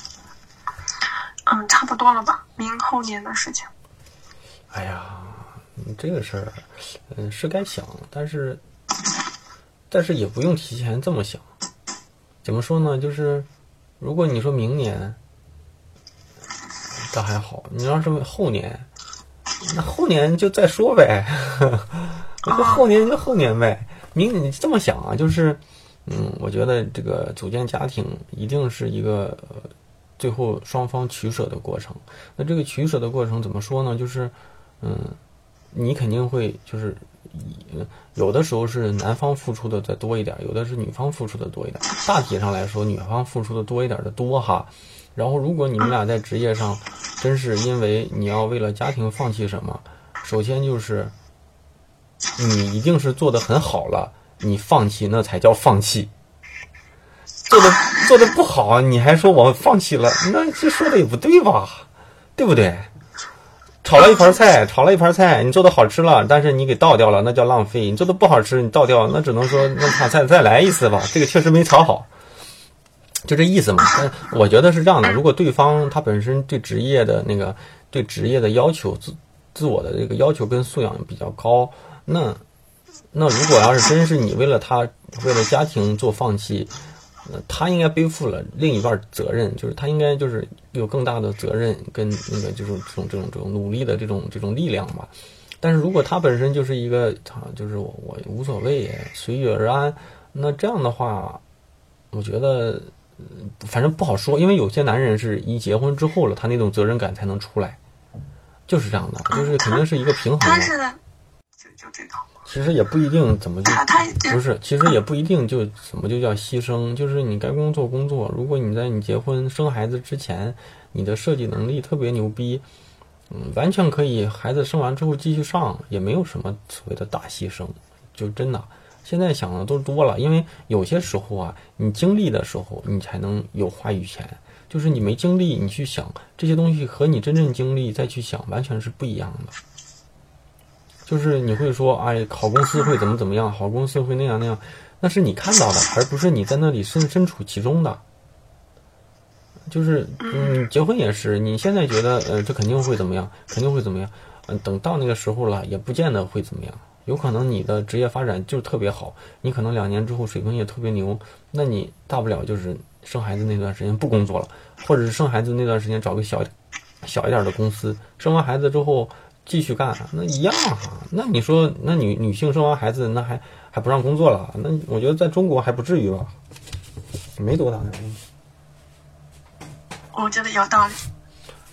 嗯，差不多了吧，明后年的事情。 哎呀，这个事儿，嗯，是该想，但是，但是也不用提前这么想。怎么说呢？就是如果你说明年，倒还好；你要是后年。那后年就再说呗，那就后年就后年呗。明你这么想啊，就是，嗯，我觉得这个组建家庭一定是一个、呃、最后双方取舍的过程。那这个取舍的过程怎么说呢？就是，嗯，你肯定会就是，有的时候是男方付出的再多一点，有的是女方付出的多一点。大体上来说，女方付出的多一点的多哈。然后，如果你们俩在职业上真是因为你要为了家庭放弃什么，首先就是你一定是做得很好了，你放弃那才叫放弃。做的做的不好，你还说我放弃了，那这说的也不对吧？对不对？炒了一盘菜，炒了一盘菜，你做的好吃了，但是你给倒掉了，那叫浪费；你做的不好吃，你倒掉，那只能说那把菜再来一次吧，这个确实没炒好。就这意思嘛，但我觉得是这样的。如果对方他本身对职业的那个对职业的要求自自我的这个要求跟素养比较高，那那如果要是真是你为了他为了家庭做放弃，呃，他应该背负了另一半责任，就是他应该就是有更大的责任跟那个这种这种这种这种努力的这种这种力量吧。但是如果他本身就是一个啊，就是我我无所谓随遇而安，那这样的话，我觉得。反正不好说，因为有些男人是一结婚之后了，他那种责任感才能出来，就是这样的，就是肯定是一个平衡。 他是的，就就这个。 其实也不一定怎么就他他不是，其实也不一定就怎么就叫牺牲，就是你该工作工作。如果你在你结婚生孩子之前，你的设计能力特别牛逼，嗯，完全可以孩子生完之后继续上，也没有什么所谓的大牺牲，就真的。现在想的都多了，因为有些时候啊，你经历的时候，你才能有话语权。就是你没经历，你去想这些东西和你真正经历再去想，完全是不一样的。就是你会说，哎，好公司会怎么怎么样，好公司会那样那样，那是你看到的，而不是你在那里身身处其中的。就是嗯，结婚也是，你现在觉得呃这肯定会怎么样，肯定会怎么样，嗯、呃，等到那个时候了，也不见得会怎么样。有可能你的职业发展就特别好，你可能两年之后水平也特别牛，那你大不了就是生孩子那段时间不工作了，或者是生孩子那段时间找个小小一点的公司，生完孩子之后继续干，那一样啊。那你说，那女女性生完孩子，那还还不让工作了？那我觉得在中国还不至于吧，没多大的问题。 我觉得有道理。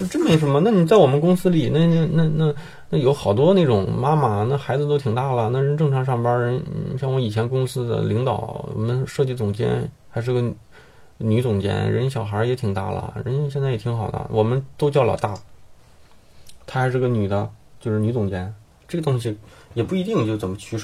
真没什么。那你在我们公司里，那那那那那有好多那种妈妈，那孩子都挺大了，那人正常上班人，像我以前公司的领导，我们设计总监还是个女总监，人小孩也挺大了，人家现在也挺好的，我们都叫老大，她还是个女的，就是女总监。这个东西也不一定就怎么取舍，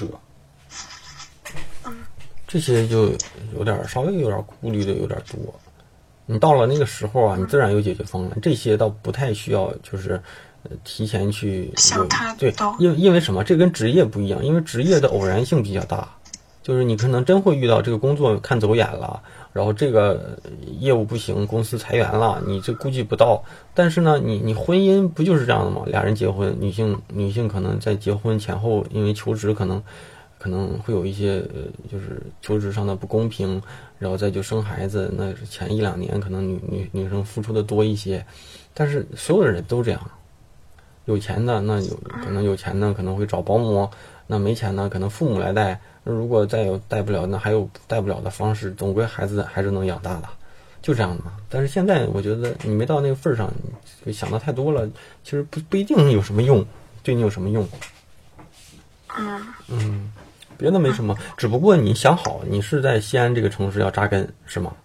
这些就有点稍微有点顾虑的有点多。你到了那个时候啊，你自然有解决方案，这些倒不太需要就是呃提前去想太对，因为因为什么？这跟职业不一样，因为职业的偶然性比较大，就是你可能真会遇到这个工作看走眼了，然后这个业务不行，公司裁员了，你这估计不到。但是呢，你你婚姻不就是这样的吗？俩人结婚，女性女性可能在结婚前后，因为求职可能可能会有一些呃，就是求职上的不公平，然后再就生孩子，那前一两年可能女女女生付出的多一些，但是所有的人都这样。有钱的那有可能有钱的可能会找保姆，那没钱的可能父母来带。如果再有带不了，那还有带不了的方式，总归孩子还是能养大的，就这样的嘛。但是现在我觉得你没到那个份上，你想的太多了，其实不不一定有什么用，对你有什么用？ 嗯嗯，别的没什么，只不过你想好，你是在西安这个城市要扎根，是吗？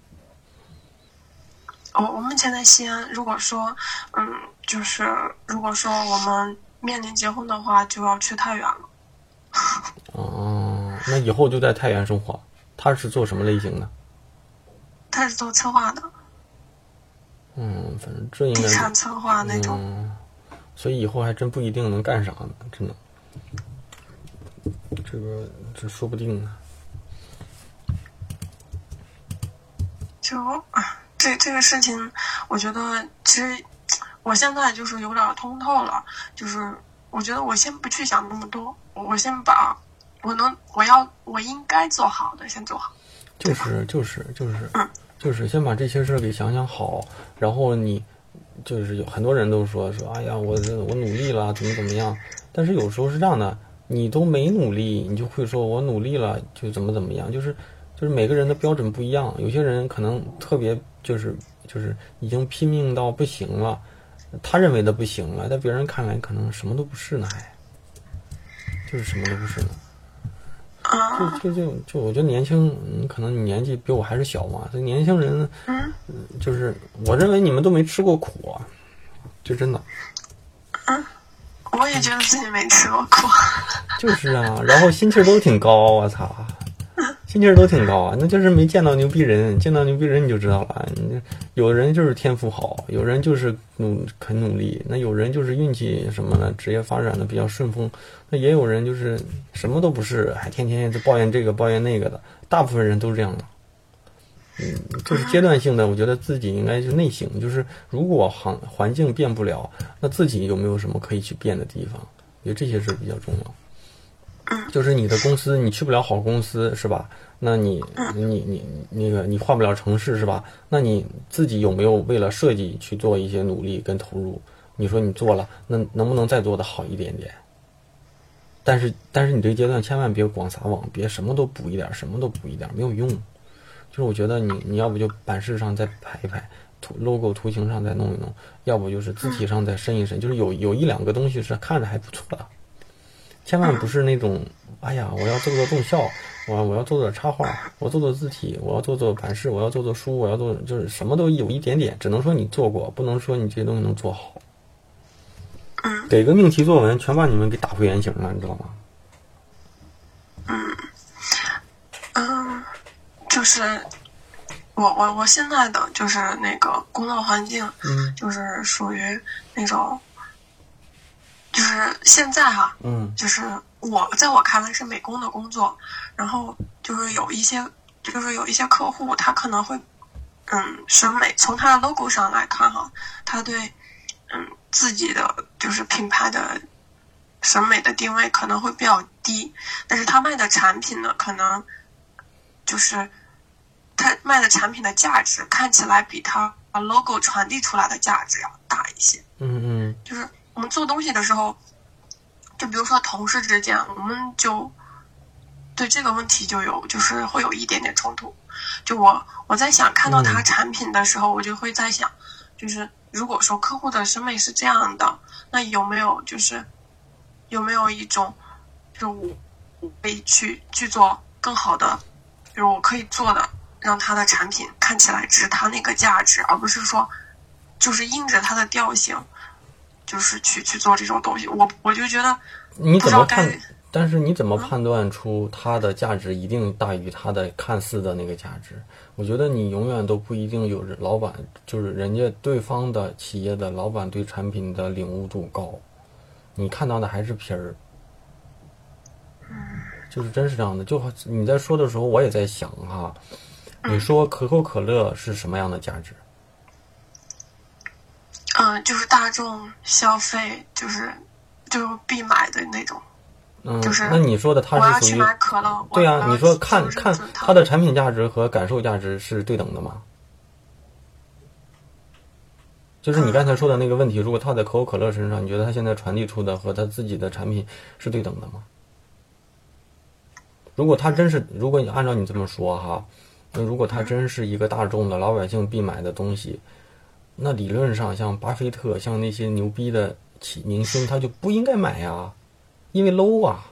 我我目前在西安，如果说，嗯，就是如果说我们面临结婚的话，就要去太原了。 哦，那以后就在太原生活。他是做什么类型的？ 他是做策划的。 嗯，反正这应该地产策划那种。 嗯，所以以后还真不一定能干啥呢，真的。这个这说不定呢。 就这这个事情，我觉得其实我现在就是有点通透了，就是我觉得我先不去想那么多，我先把我能我要我应该做好的先做好。 就是就是就是嗯， 就是先把这些事儿给想想好，然后你就是有很多人都说说，哎呀，我我努力了，怎么怎么样，但是有时候是这样的，你都没努力，你就会说我努力了就怎么怎么样，就是就是每个人的标准不一样，有些人可能特别就是就是已经拼命到不行了，他认为的不行了，在别人看来可能什么都不是呢，还就是什么都不是呢。就就就就我觉得年轻，嗯，可能你年纪比我还是小嘛，这年轻人， 嗯， 就是我认为你们都没吃过苦啊，就真的。 嗯，我也觉得自己没吃过苦。 就是啊，然后心气儿都挺高，我操，心气儿都挺高啊，那就是没见到牛逼人，见到牛逼人你就知道了。你有人就是天赋好，有人就是努肯努力，那有人就是运气什么的，职业发展的比较顺风，那也有人就是什么都不是，还天天就抱怨这个抱怨那个的，大部分人都是这样的。嗯，就是阶段性的，我觉得自己应该是内省，就是如果环环境变不了，那自己有没有什么可以去变的地方？我觉得这些事比较重要。就是你的公司你去不了好公司是吧？那你你你那个你换不了城市是吧？那你自己有没有为了设计去做一些努力跟投入？你说你做了，那能不能再做得好一点点？但是但是你这个阶段千万别广撒网，别什么都补一点，什么都补一点，没有用。就是我觉得你你要不就版式上再排一排，图 logo 图形上再弄一弄，要不就是字体上再深一深，就是有有一两个东西是看着还不错的。千万不是那种，哎呀，我要做做动效，我我要做做插画，我做做字体，我要做做版式，我要做做书，我要做，就是什么都有一点点，只能说你做过，不能说你这些东西能做好。 嗯， 给个命题作文，全把你们给打回原形了，你知道吗？ 嗯嗯，就是我我我现在的就是那个工作环境， 嗯， 就是属于那种。就是现在哈， 嗯， 就是我在我看来是美工的工作，然后就是有一些，就是有一些客户他可能会，嗯，审美从他的 logo 上来看哈，他对，嗯，自己的就是品牌的审美的定位可能会比较低，但是他卖的产品呢，可能就是他卖的产品的价值看起来比他 logo 传递出来的价值要大一些， 嗯嗯， 就是。我们做东西的时候，就比如说同事之间，我们就对这个问题就有，就是会有一点点冲突。就我我在想看到他产品的时候，我就会在想，就是如果说客户的审美是这样的，那有没有就是有没有一种，就是我我可以去去做更好的，比如我可以做的，让他的产品看起来值他那个价值，而不是说就是印着他的调性，就是去去做这种东西。我我就觉得你怎么判？但是你怎么判断出它的价值一定大于它的看似的那个价值？我觉得你永远都不一定有老板，就是人家对方的企业的老板对产品的领悟度高，你看到的还是皮儿。就是真是这样的。就你在说的时候，我也在想哈，你说可口可乐是什么样的价值？ 嗯、呃，就是大众消费，就是就是必买的那种。 嗯， 就是那你说的它是属于可乐， 对啊，你说看看它的产品价值和感受价值是对等的吗？就是你刚才说的那个问题，如果套在可口可乐身上，你觉得它现在传递出的和它自己的产品是对等的吗？如果它真是，如果你按照你这么说哈，那如果它真是一个大众的老百姓必买的东西，那理论上像巴菲特，像那些牛逼的企明星，他就不应该买呀。因为 low 啊，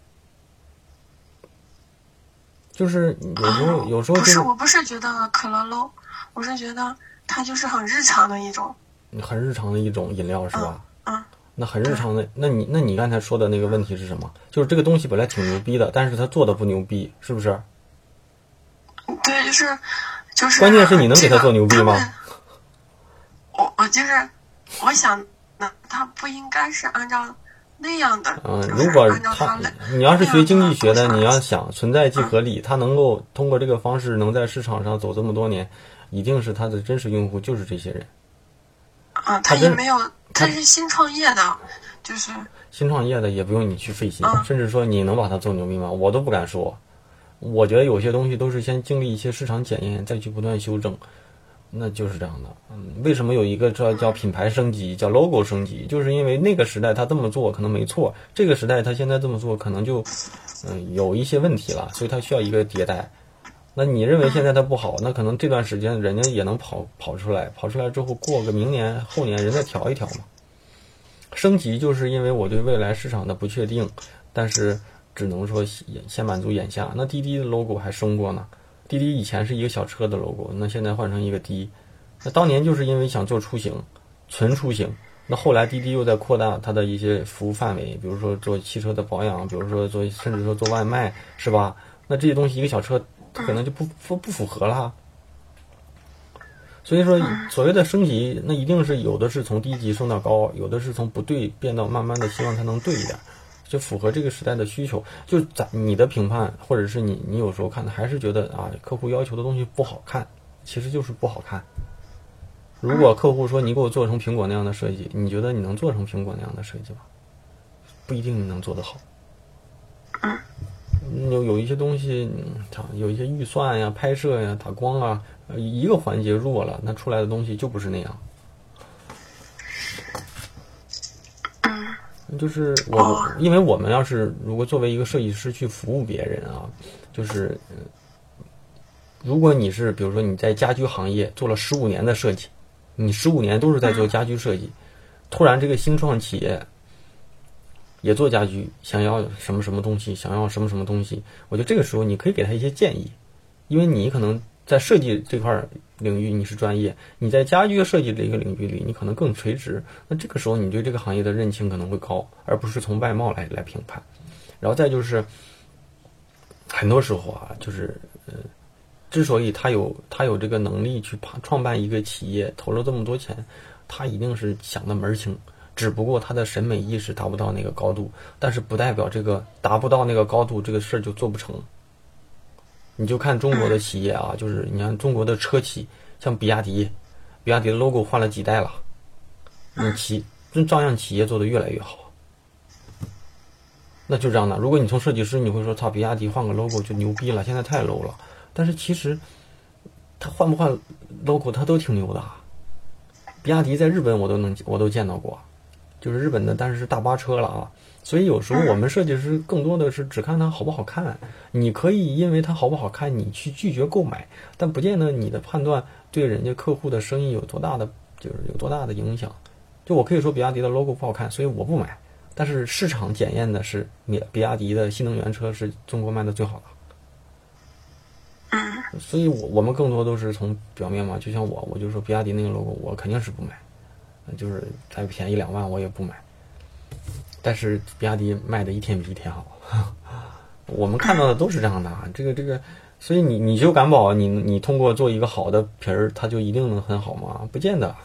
就是有时候、哦、有时候、就是、 不是，我不是觉得可乐 low， 我是觉得它就是很日常的一种， 很日常的一种饮料是吧？ 嗯，嗯那很日常的，那你那你刚才说的那个问题是什么？就是这个东西本来挺牛逼的，但是它做的不牛逼，是不是？ 对，就是就是。 关键是你能给它做牛逼吗？ 这个、我我就是我想，那它不应该是按照。那样的， 嗯，如果他你要是学经济学的，你要想存在即合理，他能够通过这个方式能在市场上走这么多年，一定是他的真实用户就是这些人。 啊，他也没有，他是新创业的，就是新创业的也不用你去费心，甚至说你能把它做牛逼吗？我都不敢说。我觉得有些东西都是先经历一些市场检验，再去不断修正。那就是这样的，嗯，为什么有一个叫叫品牌升级，叫 logo 升级，就是因为那个时代他这么做可能没错，这个时代他现在这么做可能就，嗯，有一些问题了，所以他需要一个迭代。那你认为现在它不好，那可能这段时间人家也能跑跑出来，跑出来之后过个明年后年人再调一调嘛。升级就是因为我对未来市场的不确定，但是只能说先满足眼下。那滴滴的 logo 还升过呢。滴滴以前是一个小车的 logo， 那现在换成一个滴，那当年就是因为想做出行，纯出行。那后来滴滴又在扩大它的一些服务范围，比如说做汽车的保养，比如说做甚至说做外卖，是吧？那这些东西一个小车可能就不不不符合了。所以说所谓的升级，那一定是有的是从低级升到高，有的是从不对变到慢慢的希望它能对一点。就符合这个时代的需求，就咱你的评判，或者是你你有时候看的还是觉得啊，客户要求的东西不好看，其实就是不好看。如果客户说你给我做成苹果那样的设计，你觉得你能做成苹果那样的设计吗？不一定你能做得好。有有一些东西，它有一些预算呀、拍摄呀、打光啊，一个环节弱了，那出来的东西就不是那样。就是我，因为我们要是如果作为一个设计师去服务别人啊，就是如果你是比如说你在家居行业做了十五年的设计，你十五年都是在做家居设计，突然这个新创企业也做家居，想要什么什么东西，想要什么什么东西，我觉得这个时候你可以给他一些建议，因为你可能在设计这块领域你是专业，你在家居设计这个领域里你可能更垂直，那这个时候你对这个行业的认清可能会高，而不是从外貌来来评判。然后再就是很多时候啊，就是呃，之所以他有他有这个能力去创办一个企业，投了这么多钱，他一定是想的门儿清，只不过他的审美意识达不到那个高度，但是不代表这个达不到那个高度这个事儿就做不成。你就看中国的企业啊，就是你看中国的车企，像比亚迪，比亚迪的 logo 换了几代了，你企照样企业做得越来越好。那就这样的，如果你从设计师你会说操，比亚迪换个 logo 就牛逼了，现在太 low 了，但是其实他换不换 logo 他都挺牛的。比亚迪在日本我都能我都见到过，就是日本的，但是是大巴车了啊。所以有时候我们设计师更多的是只看它好不好看，你可以因为它好不好看你去拒绝购买，但不见得你的判断对人家客户的生意有多大的就是有多大的影响？就我可以说比亚迪的 logo 不好看，所以我不买。但是市场检验的是，比比亚迪的新能源车是中国卖的最好的。 嗯， 所以我我们更多都是从表面嘛，就像我，我就说比亚迪那个 logo 我肯定是不买，就是再便宜两万我也不买。但是比亚迪卖的一天比一天好，我们看到的都是这样的啊。这个这个，所以你你就敢保你你通过做一个好的皮儿，它就一定能很好吗？不见得。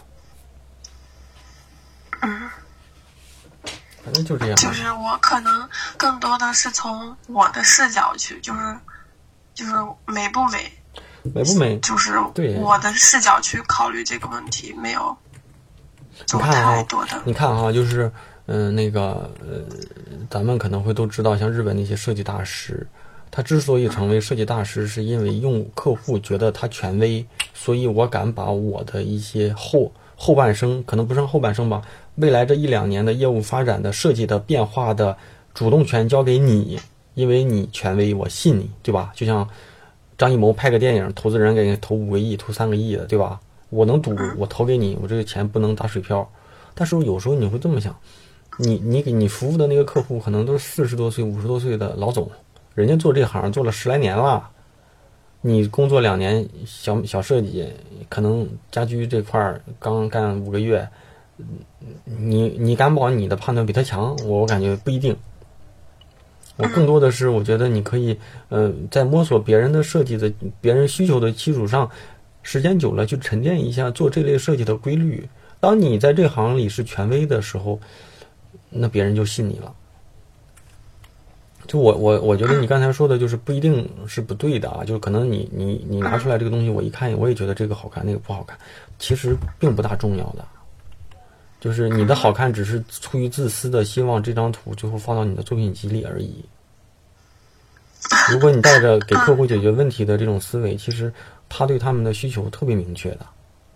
嗯， 反正就这样。 就是我可能更多的是从我的视角去，就是就是美不美， 美不美， 就是对我的视角去考虑这个问题，没有做你看啊太多的。 你看啊，就是嗯、呃，那个呃，咱们可能会都知道，像日本那些设计大师，他之所以成为设计大师，是因为用客户觉得他权威，所以我敢把我的一些后后半生，可能不是后半生吧，未来这一两年的业务发展的设计的变化的主动权交给你，因为你权威，我信你，对吧？就像张艺谋拍个电影，投资人给你投五个亿、投三个亿的，对吧？我能赌，我投给你，我这个钱不能打水漂。但是有时候你会这么想，你你给你服务的那个客户可能都是四十多岁、五十多岁的老总，人家做这行做了十来年了，你工作两年小小设计，可能家居这块刚干五个月，你你敢保你的判断比他强？我我感觉不一定。我更多的是，我觉得你可以，呃，在摸索别人的设计的、别人需求的基础上，时间久了去沉淀一下做这类设计的规律。当你在这行里是权威的时候，那别人就信你了。就我我我觉得你刚才说的就是不一定是不对的啊，就是可能你你你拿出来这个东西，我一看我也觉得这个好看，那个不好看，其实并不大重要的。就是你的好看只是出于自私的希望这张图最后放到你的作品集里而已。如果你带着给客户解决问题的这种思维，其实他对他们的需求特别明确的，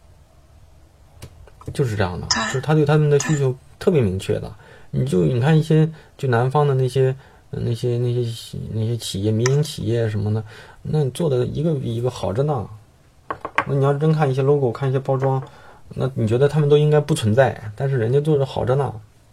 就是这样的，就是他对他们的需求特别明确的。你就你看一些就南方的那些那些那些那些企业、民营企业什么的，那做的一个比一个好着呢。那你要真看一些 logo， 看一些包装，那你觉得他们都应该不存在，但是人家做的好着呢。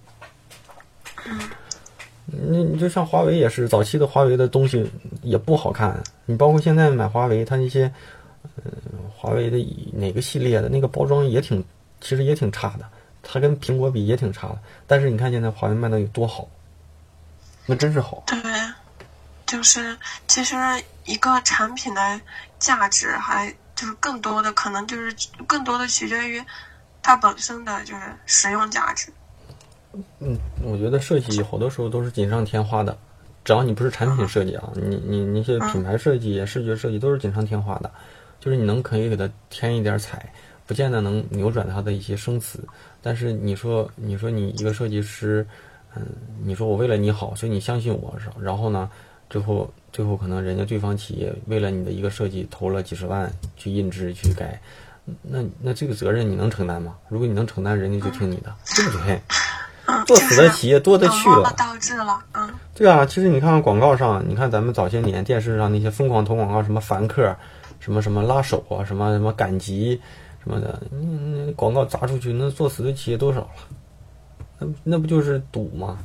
那你就像华为也是，早期的华为的东西也不好看。你包括现在买华为，它一些，呃，华为的哪个系列的那个包装也挺，其实也挺差的，它跟苹果比也挺差的。但是你看现在华为卖的有多好，那真是好。 对，就是其实一个产品的价值还就是更多的可能就是更多的取决于它本身的就是实用价值。 嗯，我觉得设计好多时候都是锦上添花的，只要你不是产品设计啊，你你那些品牌设计、视觉设计都是锦上添花的，就是你能可以给它添一点彩，不见得能扭转它的一些生词。但是你说你说你一个设计师，嗯，你说我为了你好，所以你相信我，然后呢，最后最后可能人家对方企业为了你的一个设计投了几十万去印制去改，那那这个责任你能承担吗？如果你能承担，人家就听你的，对不对？做死的企业多的去了， 倒置了，嗯， 对啊，其实你看看广告上，你看咱们早些年电视上那些疯狂投广告，什么凡客，什么什么拉手啊，什么什么赶集什么的，那广告砸出去，那做死的企业多少了？那那不就是赌吗？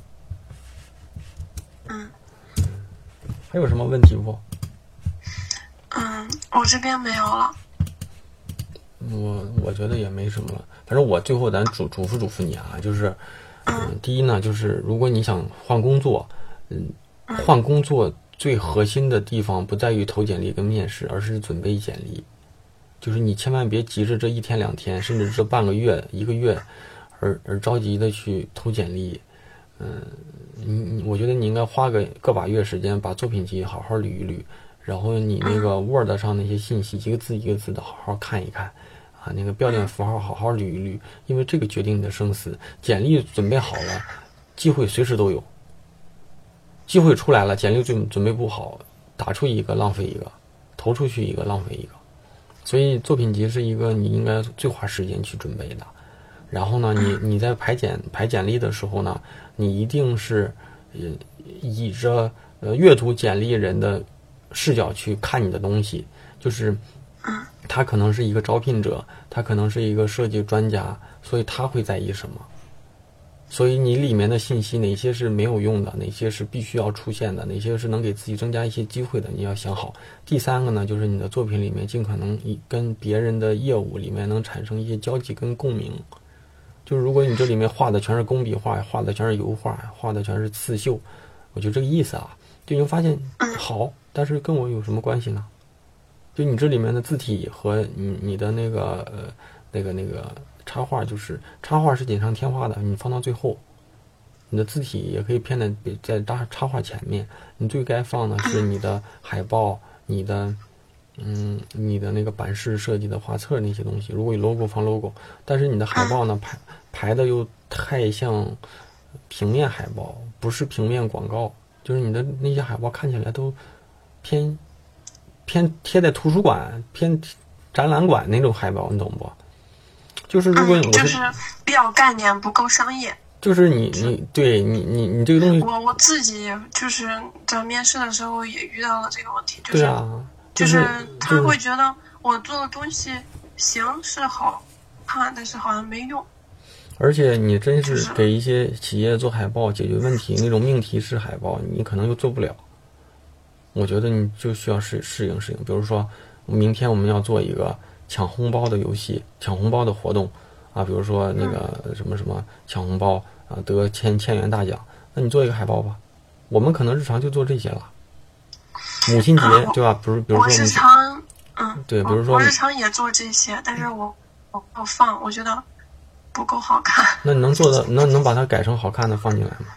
嗯， 还有什么问题不？ 嗯，我这边没有了。 我我觉得也没什么了，反正我最后咱嘱嘱咐嘱咐你啊，就是。嗯，第一呢，就是如果你想换工作，嗯，换工作最核心的地方不在于投简历跟面试，而是准备简历。就是你千万别急着这一天两天，甚至这半个月、一个月，而而着急的去投简历。嗯，你我觉得你应该花个个把月时间，把作品集好好捋一捋，然后你那个 Word 上那些信息，一个字一个字的好好看一看。啊，那个标点符号好好捋一捋，因为这个决定你的生死。简历准备好了，机会随时都有。机会出来了，简历准准备不好，打出一个浪费一个，投出去一个浪费一个。所以作品集是一个你应该最花时间去准备的。然后呢，你你在排简排简历的时候呢，你一定是呃以着呃阅读简历人的视角去看你的东西，就是。 嗯， 他可能是一个招聘者，他可能是一个设计专家，所以他会在意什么？所以你里面的信息哪些是没有用的，哪些是必须要出现的，哪些是能给自己增加一些机会的，你要想好。第三个呢，就是你的作品里面尽可能跟别人的业务里面能产生一些交集跟共鸣。就是如果你这里面画的全是工笔画，画的全是油画，画的全是刺绣，我就这个意思啊，就你会发现好，但是跟我有什么关系呢？就你这里面的字体和你你的那个呃那个那个插画，就是插画是锦上添花的，你放到最后，你的字体也可以偏的在插插画前面，你最该放的是你的海报，你的嗯你的那个版式设计的画册那些东西，如果有 logo 放 logo， 但是你的海报呢排排的又太像平面海报，不是平面广告，就是你的那些海报看起来都偏偏贴在图书馆偏展览馆那种海报，你懂不？就是如果我、 嗯、就是比较概念不够商业， 就是你你对你你你这个东西， 我我自己就是在面试的时候也遇到了这个问题，就是对啊， 就是他会觉得我做的东西行是好看，但是好像没用。 而且你真是给一些企业做海报解决问题，那种命题式海报，你可能又做不了。我觉得你就需要适适应适应，比如说明天我们要做一个抢红包的游戏，抢红包的活动啊，比如说那个什么什么抢红包啊，得千千元大奖，那你做一个海报吧。我们可能日常就做这些了。母亲节、啊、对吧？比如比如说我日常嗯， 对，比如说我日常也做这些，但是我我我放，我觉得不够好看。 那你能做的能能把它改成好看的放进来吗？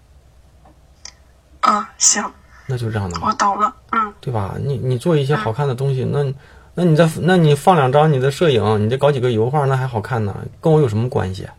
嗯，行。 那就这样的嘛。 我懂了，嗯， 对吧？你你做一些好看的东西，嗯、那那你再那你放两张你的摄影，你再搞几个油画，那还好看呢，跟我有什么关系？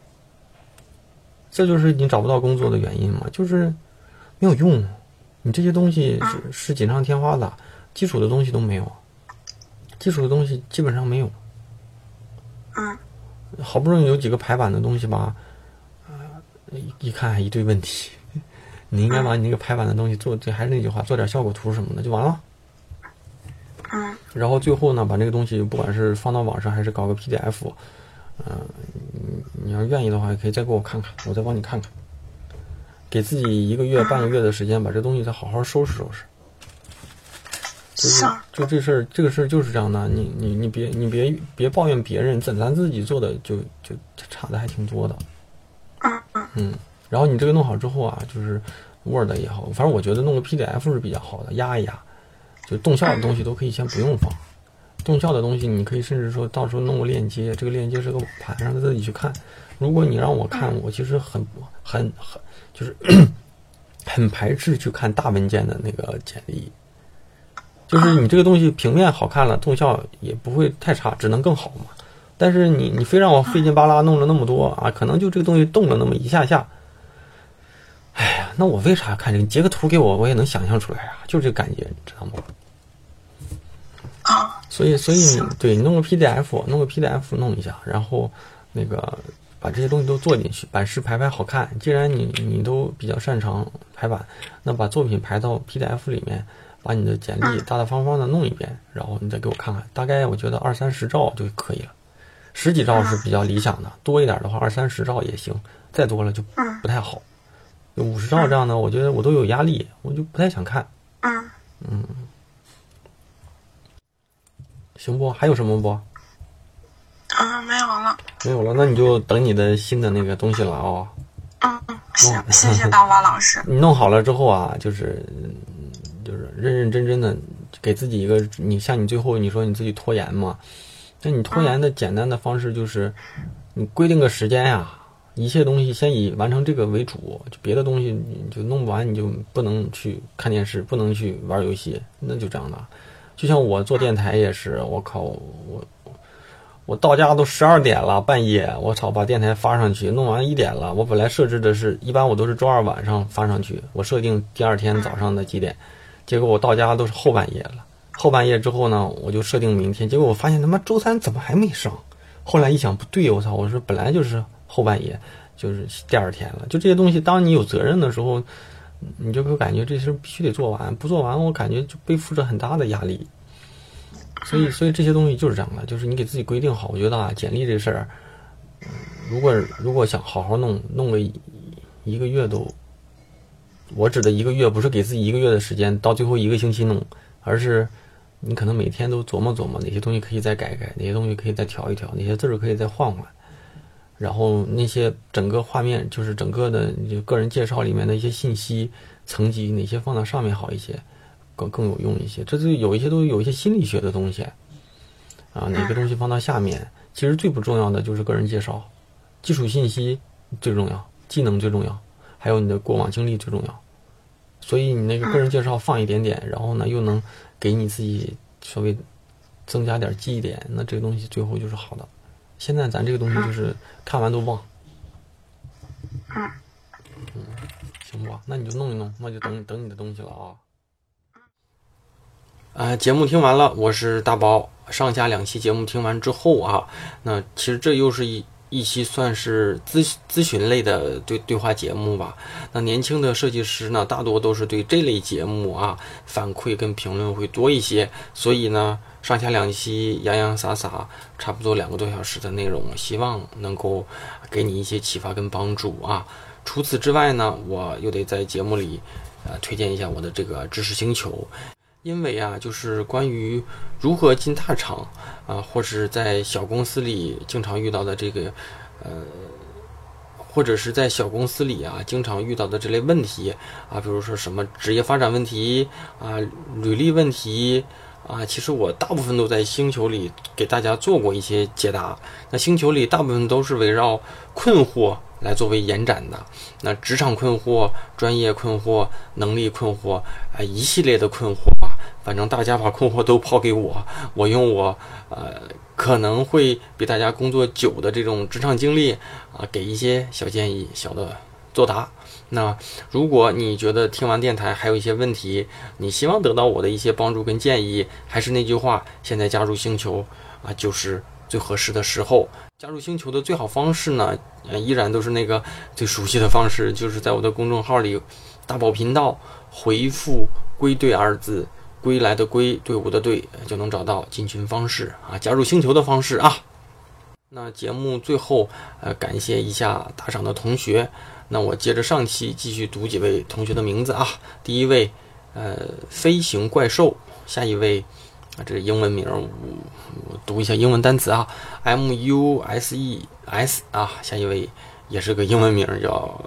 这就是你找不到工作的原因嘛，就是没有用。你这些东西是、嗯、是锦上添花的，基础的东西都没有，基础的东西基本上没有。 嗯， 好不容易有几个排版的东西吧，呃、一看还一堆问题。你应该把你那个排版的东西做，这还是那句话，做点效果图什么的就完了。 嗯。 然后最后呢，把这个东西不管是放到网上还是搞个 P D F， 嗯、呃，你你要愿意的话，也可以再给我看看，我再帮你看看。给自己一个月、半个月的时间，把这东西再好好收拾收拾。就是就这事儿，这个事儿就是这样的。你你你别你别别抱怨别人，咱咱自己做的就就差的还挺多的。 嗯嗯。 嗯。然后你这个弄好之后啊，就是 Word 也好，反正我觉得弄个 P D F 是比较好的，压一压，就动效的东西都可以先不用放。动效的东西你可以甚至说到时候弄个链接，这个链接是个网盘，让他自己去看。如果你让我看，我其实很很很就是很排斥去看大文件的那个简历。就是你这个东西平面好看了，动效也不会太差，只能更好嘛。但是你你非让我费劲巴拉弄了那么多啊，可能就这个东西动了那么一下下。哎呀，那我为啥看这个？截个图给我，我也能想象出来啊，就这个感觉，你知道吗？ 啊， 所以，所以你对你弄个 P D F， 弄个 P D F 弄一下，然后那个把这些东西都做进去，版式排排好看。既然你你都比较擅长排版，那把作品排到 P D F 里面，把你的简历大大方方的弄一遍，然后你再给我看看。大概我觉得二三十兆就可以了，十几兆是比较理想的，多一点的话二三十兆也行，再多了就不太好。五十兆这样的，我觉得我都有压力，我就不太想看。 嗯嗯，行不？还有什么不？ 嗯，没有了。 没有了，那你就等你的新的那个东西了哦。 嗯嗯，行，谢谢大娃老师。 你弄好了之后啊，就是就是认认真真的给自己一个，你像你最后你说你自己拖延嘛，那你拖延的简单的方式就是你规定个时间呀。一切东西先以完成这个为主，就别的东西你就弄不完，你就不能去看电视，不能去玩游戏，那就这样的。就像我做电台也是，我靠，我我到家都十二点了，半夜，我操，把电台发上去，弄完一点了。我本来设置的是一般我都是周二晚上发上去，我设定第二天早上的几点，结果我到家都是后半夜了。后半夜之后呢，我就设定明天，结果我发现他妈周三怎么还没上？后来一想不对，我操，我说本来就是后半夜，就是第二天了。就这些东西，当你有责任的时候，你就会感觉这事必须得做完，不做完我感觉就背负着很大的压力。 所以，所以这些东西就是这样的，就是你给自己规定好。我觉得啊，简历这事儿，嗯，如果如果想好好弄，弄个一个月都，我指的一个月不是给自己一个月的时间，到最后一个星期弄，而是你可能每天都琢磨琢磨哪些东西可以再改改，哪些东西可以再调一调，哪些字儿可以再换换。然后那些整个画面，就是整个的就个人介绍里面的一些信息层级，哪些放到上面好一些，更更有用一些。这就有一些东西，有一些心理学的东西啊，哪个东西放到下面，其实最不重要的就是个人介绍，基础信息最重要，技能最重要，还有你的过往经历最重要。所以你那个个人介绍放一点点，然后呢又能给你自己稍微增加点记忆点，那这个东西最后就是好的。现在咱这个东西就是看完都忘。 嗯， 嗯，行吧，那你就弄一弄，那就等等你的东西了啊。呃，节目听完了，我是大宝。上下两期节目听完之后啊，那其实这又是一一期算是咨咨询类的对对话节目吧。那年轻的设计师呢，大多都是对这类节目啊反馈跟评论会多一些，所以呢。上下两期洋洋洒洒差不多两个多小时的内容，希望能够给你一些启发跟帮助啊。除此之外呢，我又得在节目里呃推荐一下我的这个知识星球，因为啊就是关于如何进大厂啊，或是在小公司里经常遇到的这个呃或者是在小公司里啊经常遇到的这类问题啊，比如说什么职业发展问题啊、履历问题啊，其实我大部分都在星球里给大家做过一些解答。那星球里大部分都是围绕困惑来作为延展的，那职场困惑、专业困惑、能力困惑啊，一系列的困惑吧。反正大家把困惑都抛给我，我用我呃可能会比大家工作久的这种职场经历啊，给一些小建议、小的作答。那如果你觉得听完电台还有一些问题，你希望得到我的一些帮助跟建议，还是那句话，现在加入星球啊，就是最合适的时候。加入星球的最好方式呢，呃，依然都是那个最熟悉的方式，就是在我的公众号里大宝频道回复归队二字，归来的归，队伍的队，就能找到进群方式啊，加入星球的方式啊。那节目最后呃感谢一下打赏的同学。那我接着上期继续读几位同学的名字啊。第一位呃飞行怪兽，下一位啊这是英文名，我我读一下英文单词啊 M U S E S 啊，下一位也是个英文名叫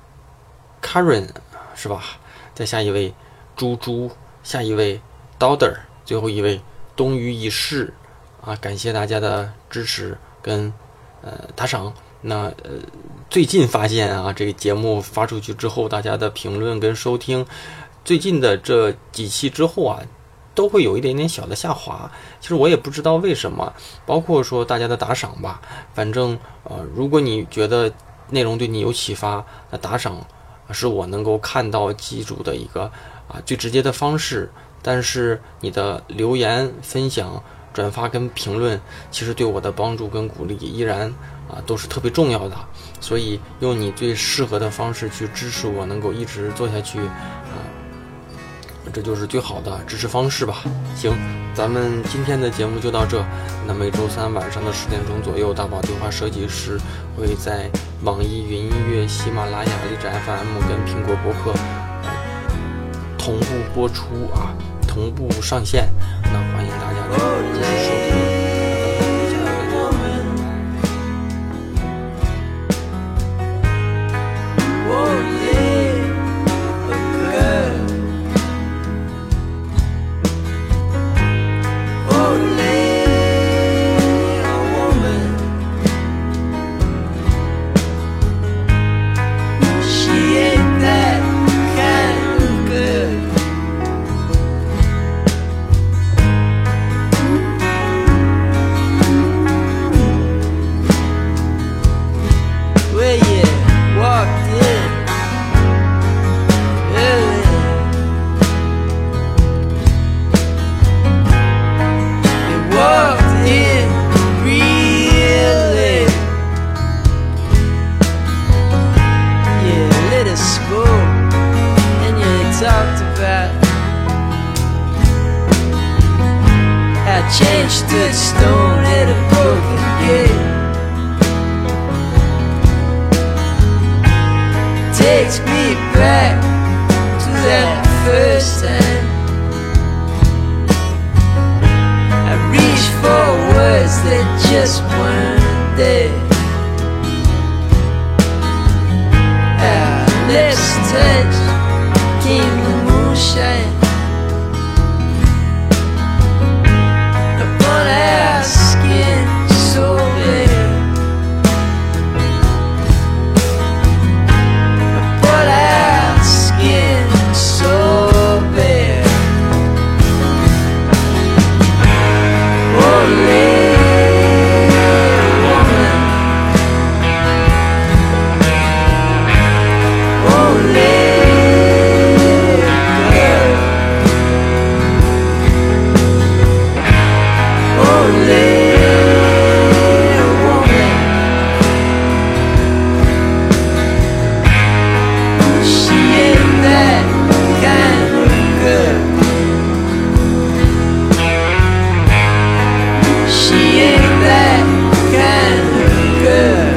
Karen 是吧？再下一位猪猪，下一位 Daughter， 最后一位东隅已逝啊，感谢大家的支持跟呃打赏。那呃最近发现啊，这个节目发出去之后，大家的评论跟收听，最近的这几期之后啊，都会有一点点小的下滑。其实我也不知道为什么，包括说大家的打赏吧，反正呃，如果你觉得内容对你有启发，那打赏是我能够看到记住的一个啊最直接的方式。但是你的留言、分享、转发跟评论，其实对我的帮助跟鼓励依然啊都是特别重要的。所以用你最适合的方式去支持我，能够一直做下去啊，这就是最好的支持方式吧。行，咱们今天的节目就到这。那每周三晚上的十点钟左右，大宝对话设计师会在网易云音乐、喜马拉雅、荔枝 F M 跟苹果播客、呃、同步播出啊，同步上线。那欢迎大家的支持收听。 chain stood stone at a broken gate. Takes me back to that first time. I reach for words that just weren't there. Our lips touched, came the moonshine upon our skin so bare. Upon our skin so bare. Only woman, only girl, only woman. She ain't that kind of girl. She ain't that kind of girl.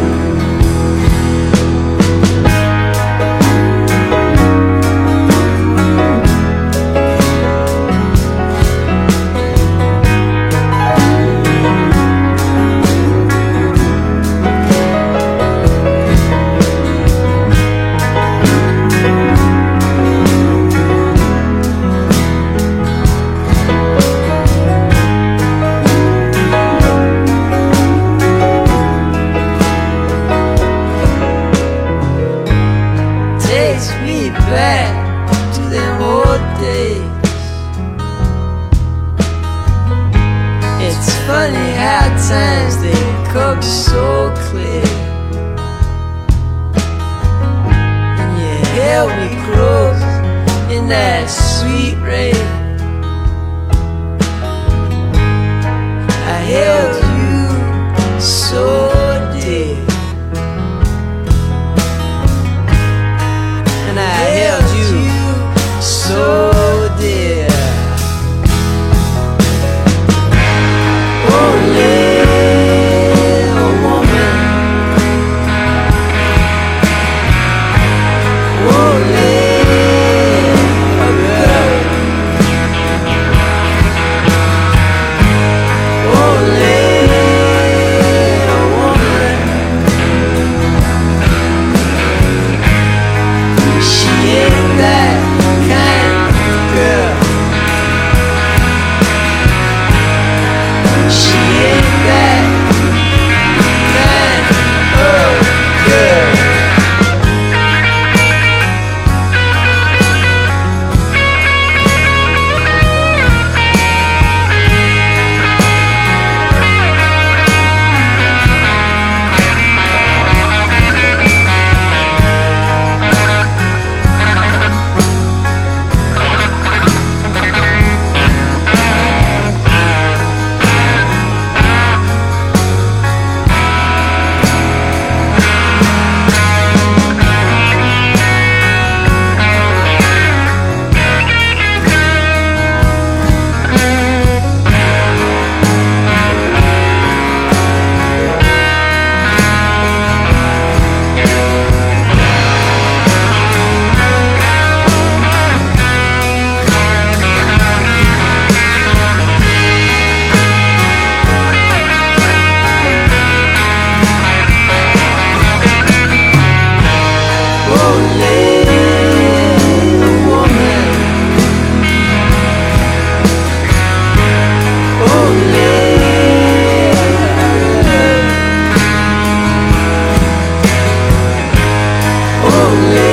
Takes me back to them old days. It's funny how times they come so clear. And you held me close in that sweet rain. I held you so dear. And I held you so dear. Only a woman, only a girl, only a woman. She ain't that kind of girl. She ain't that kind of girl. Only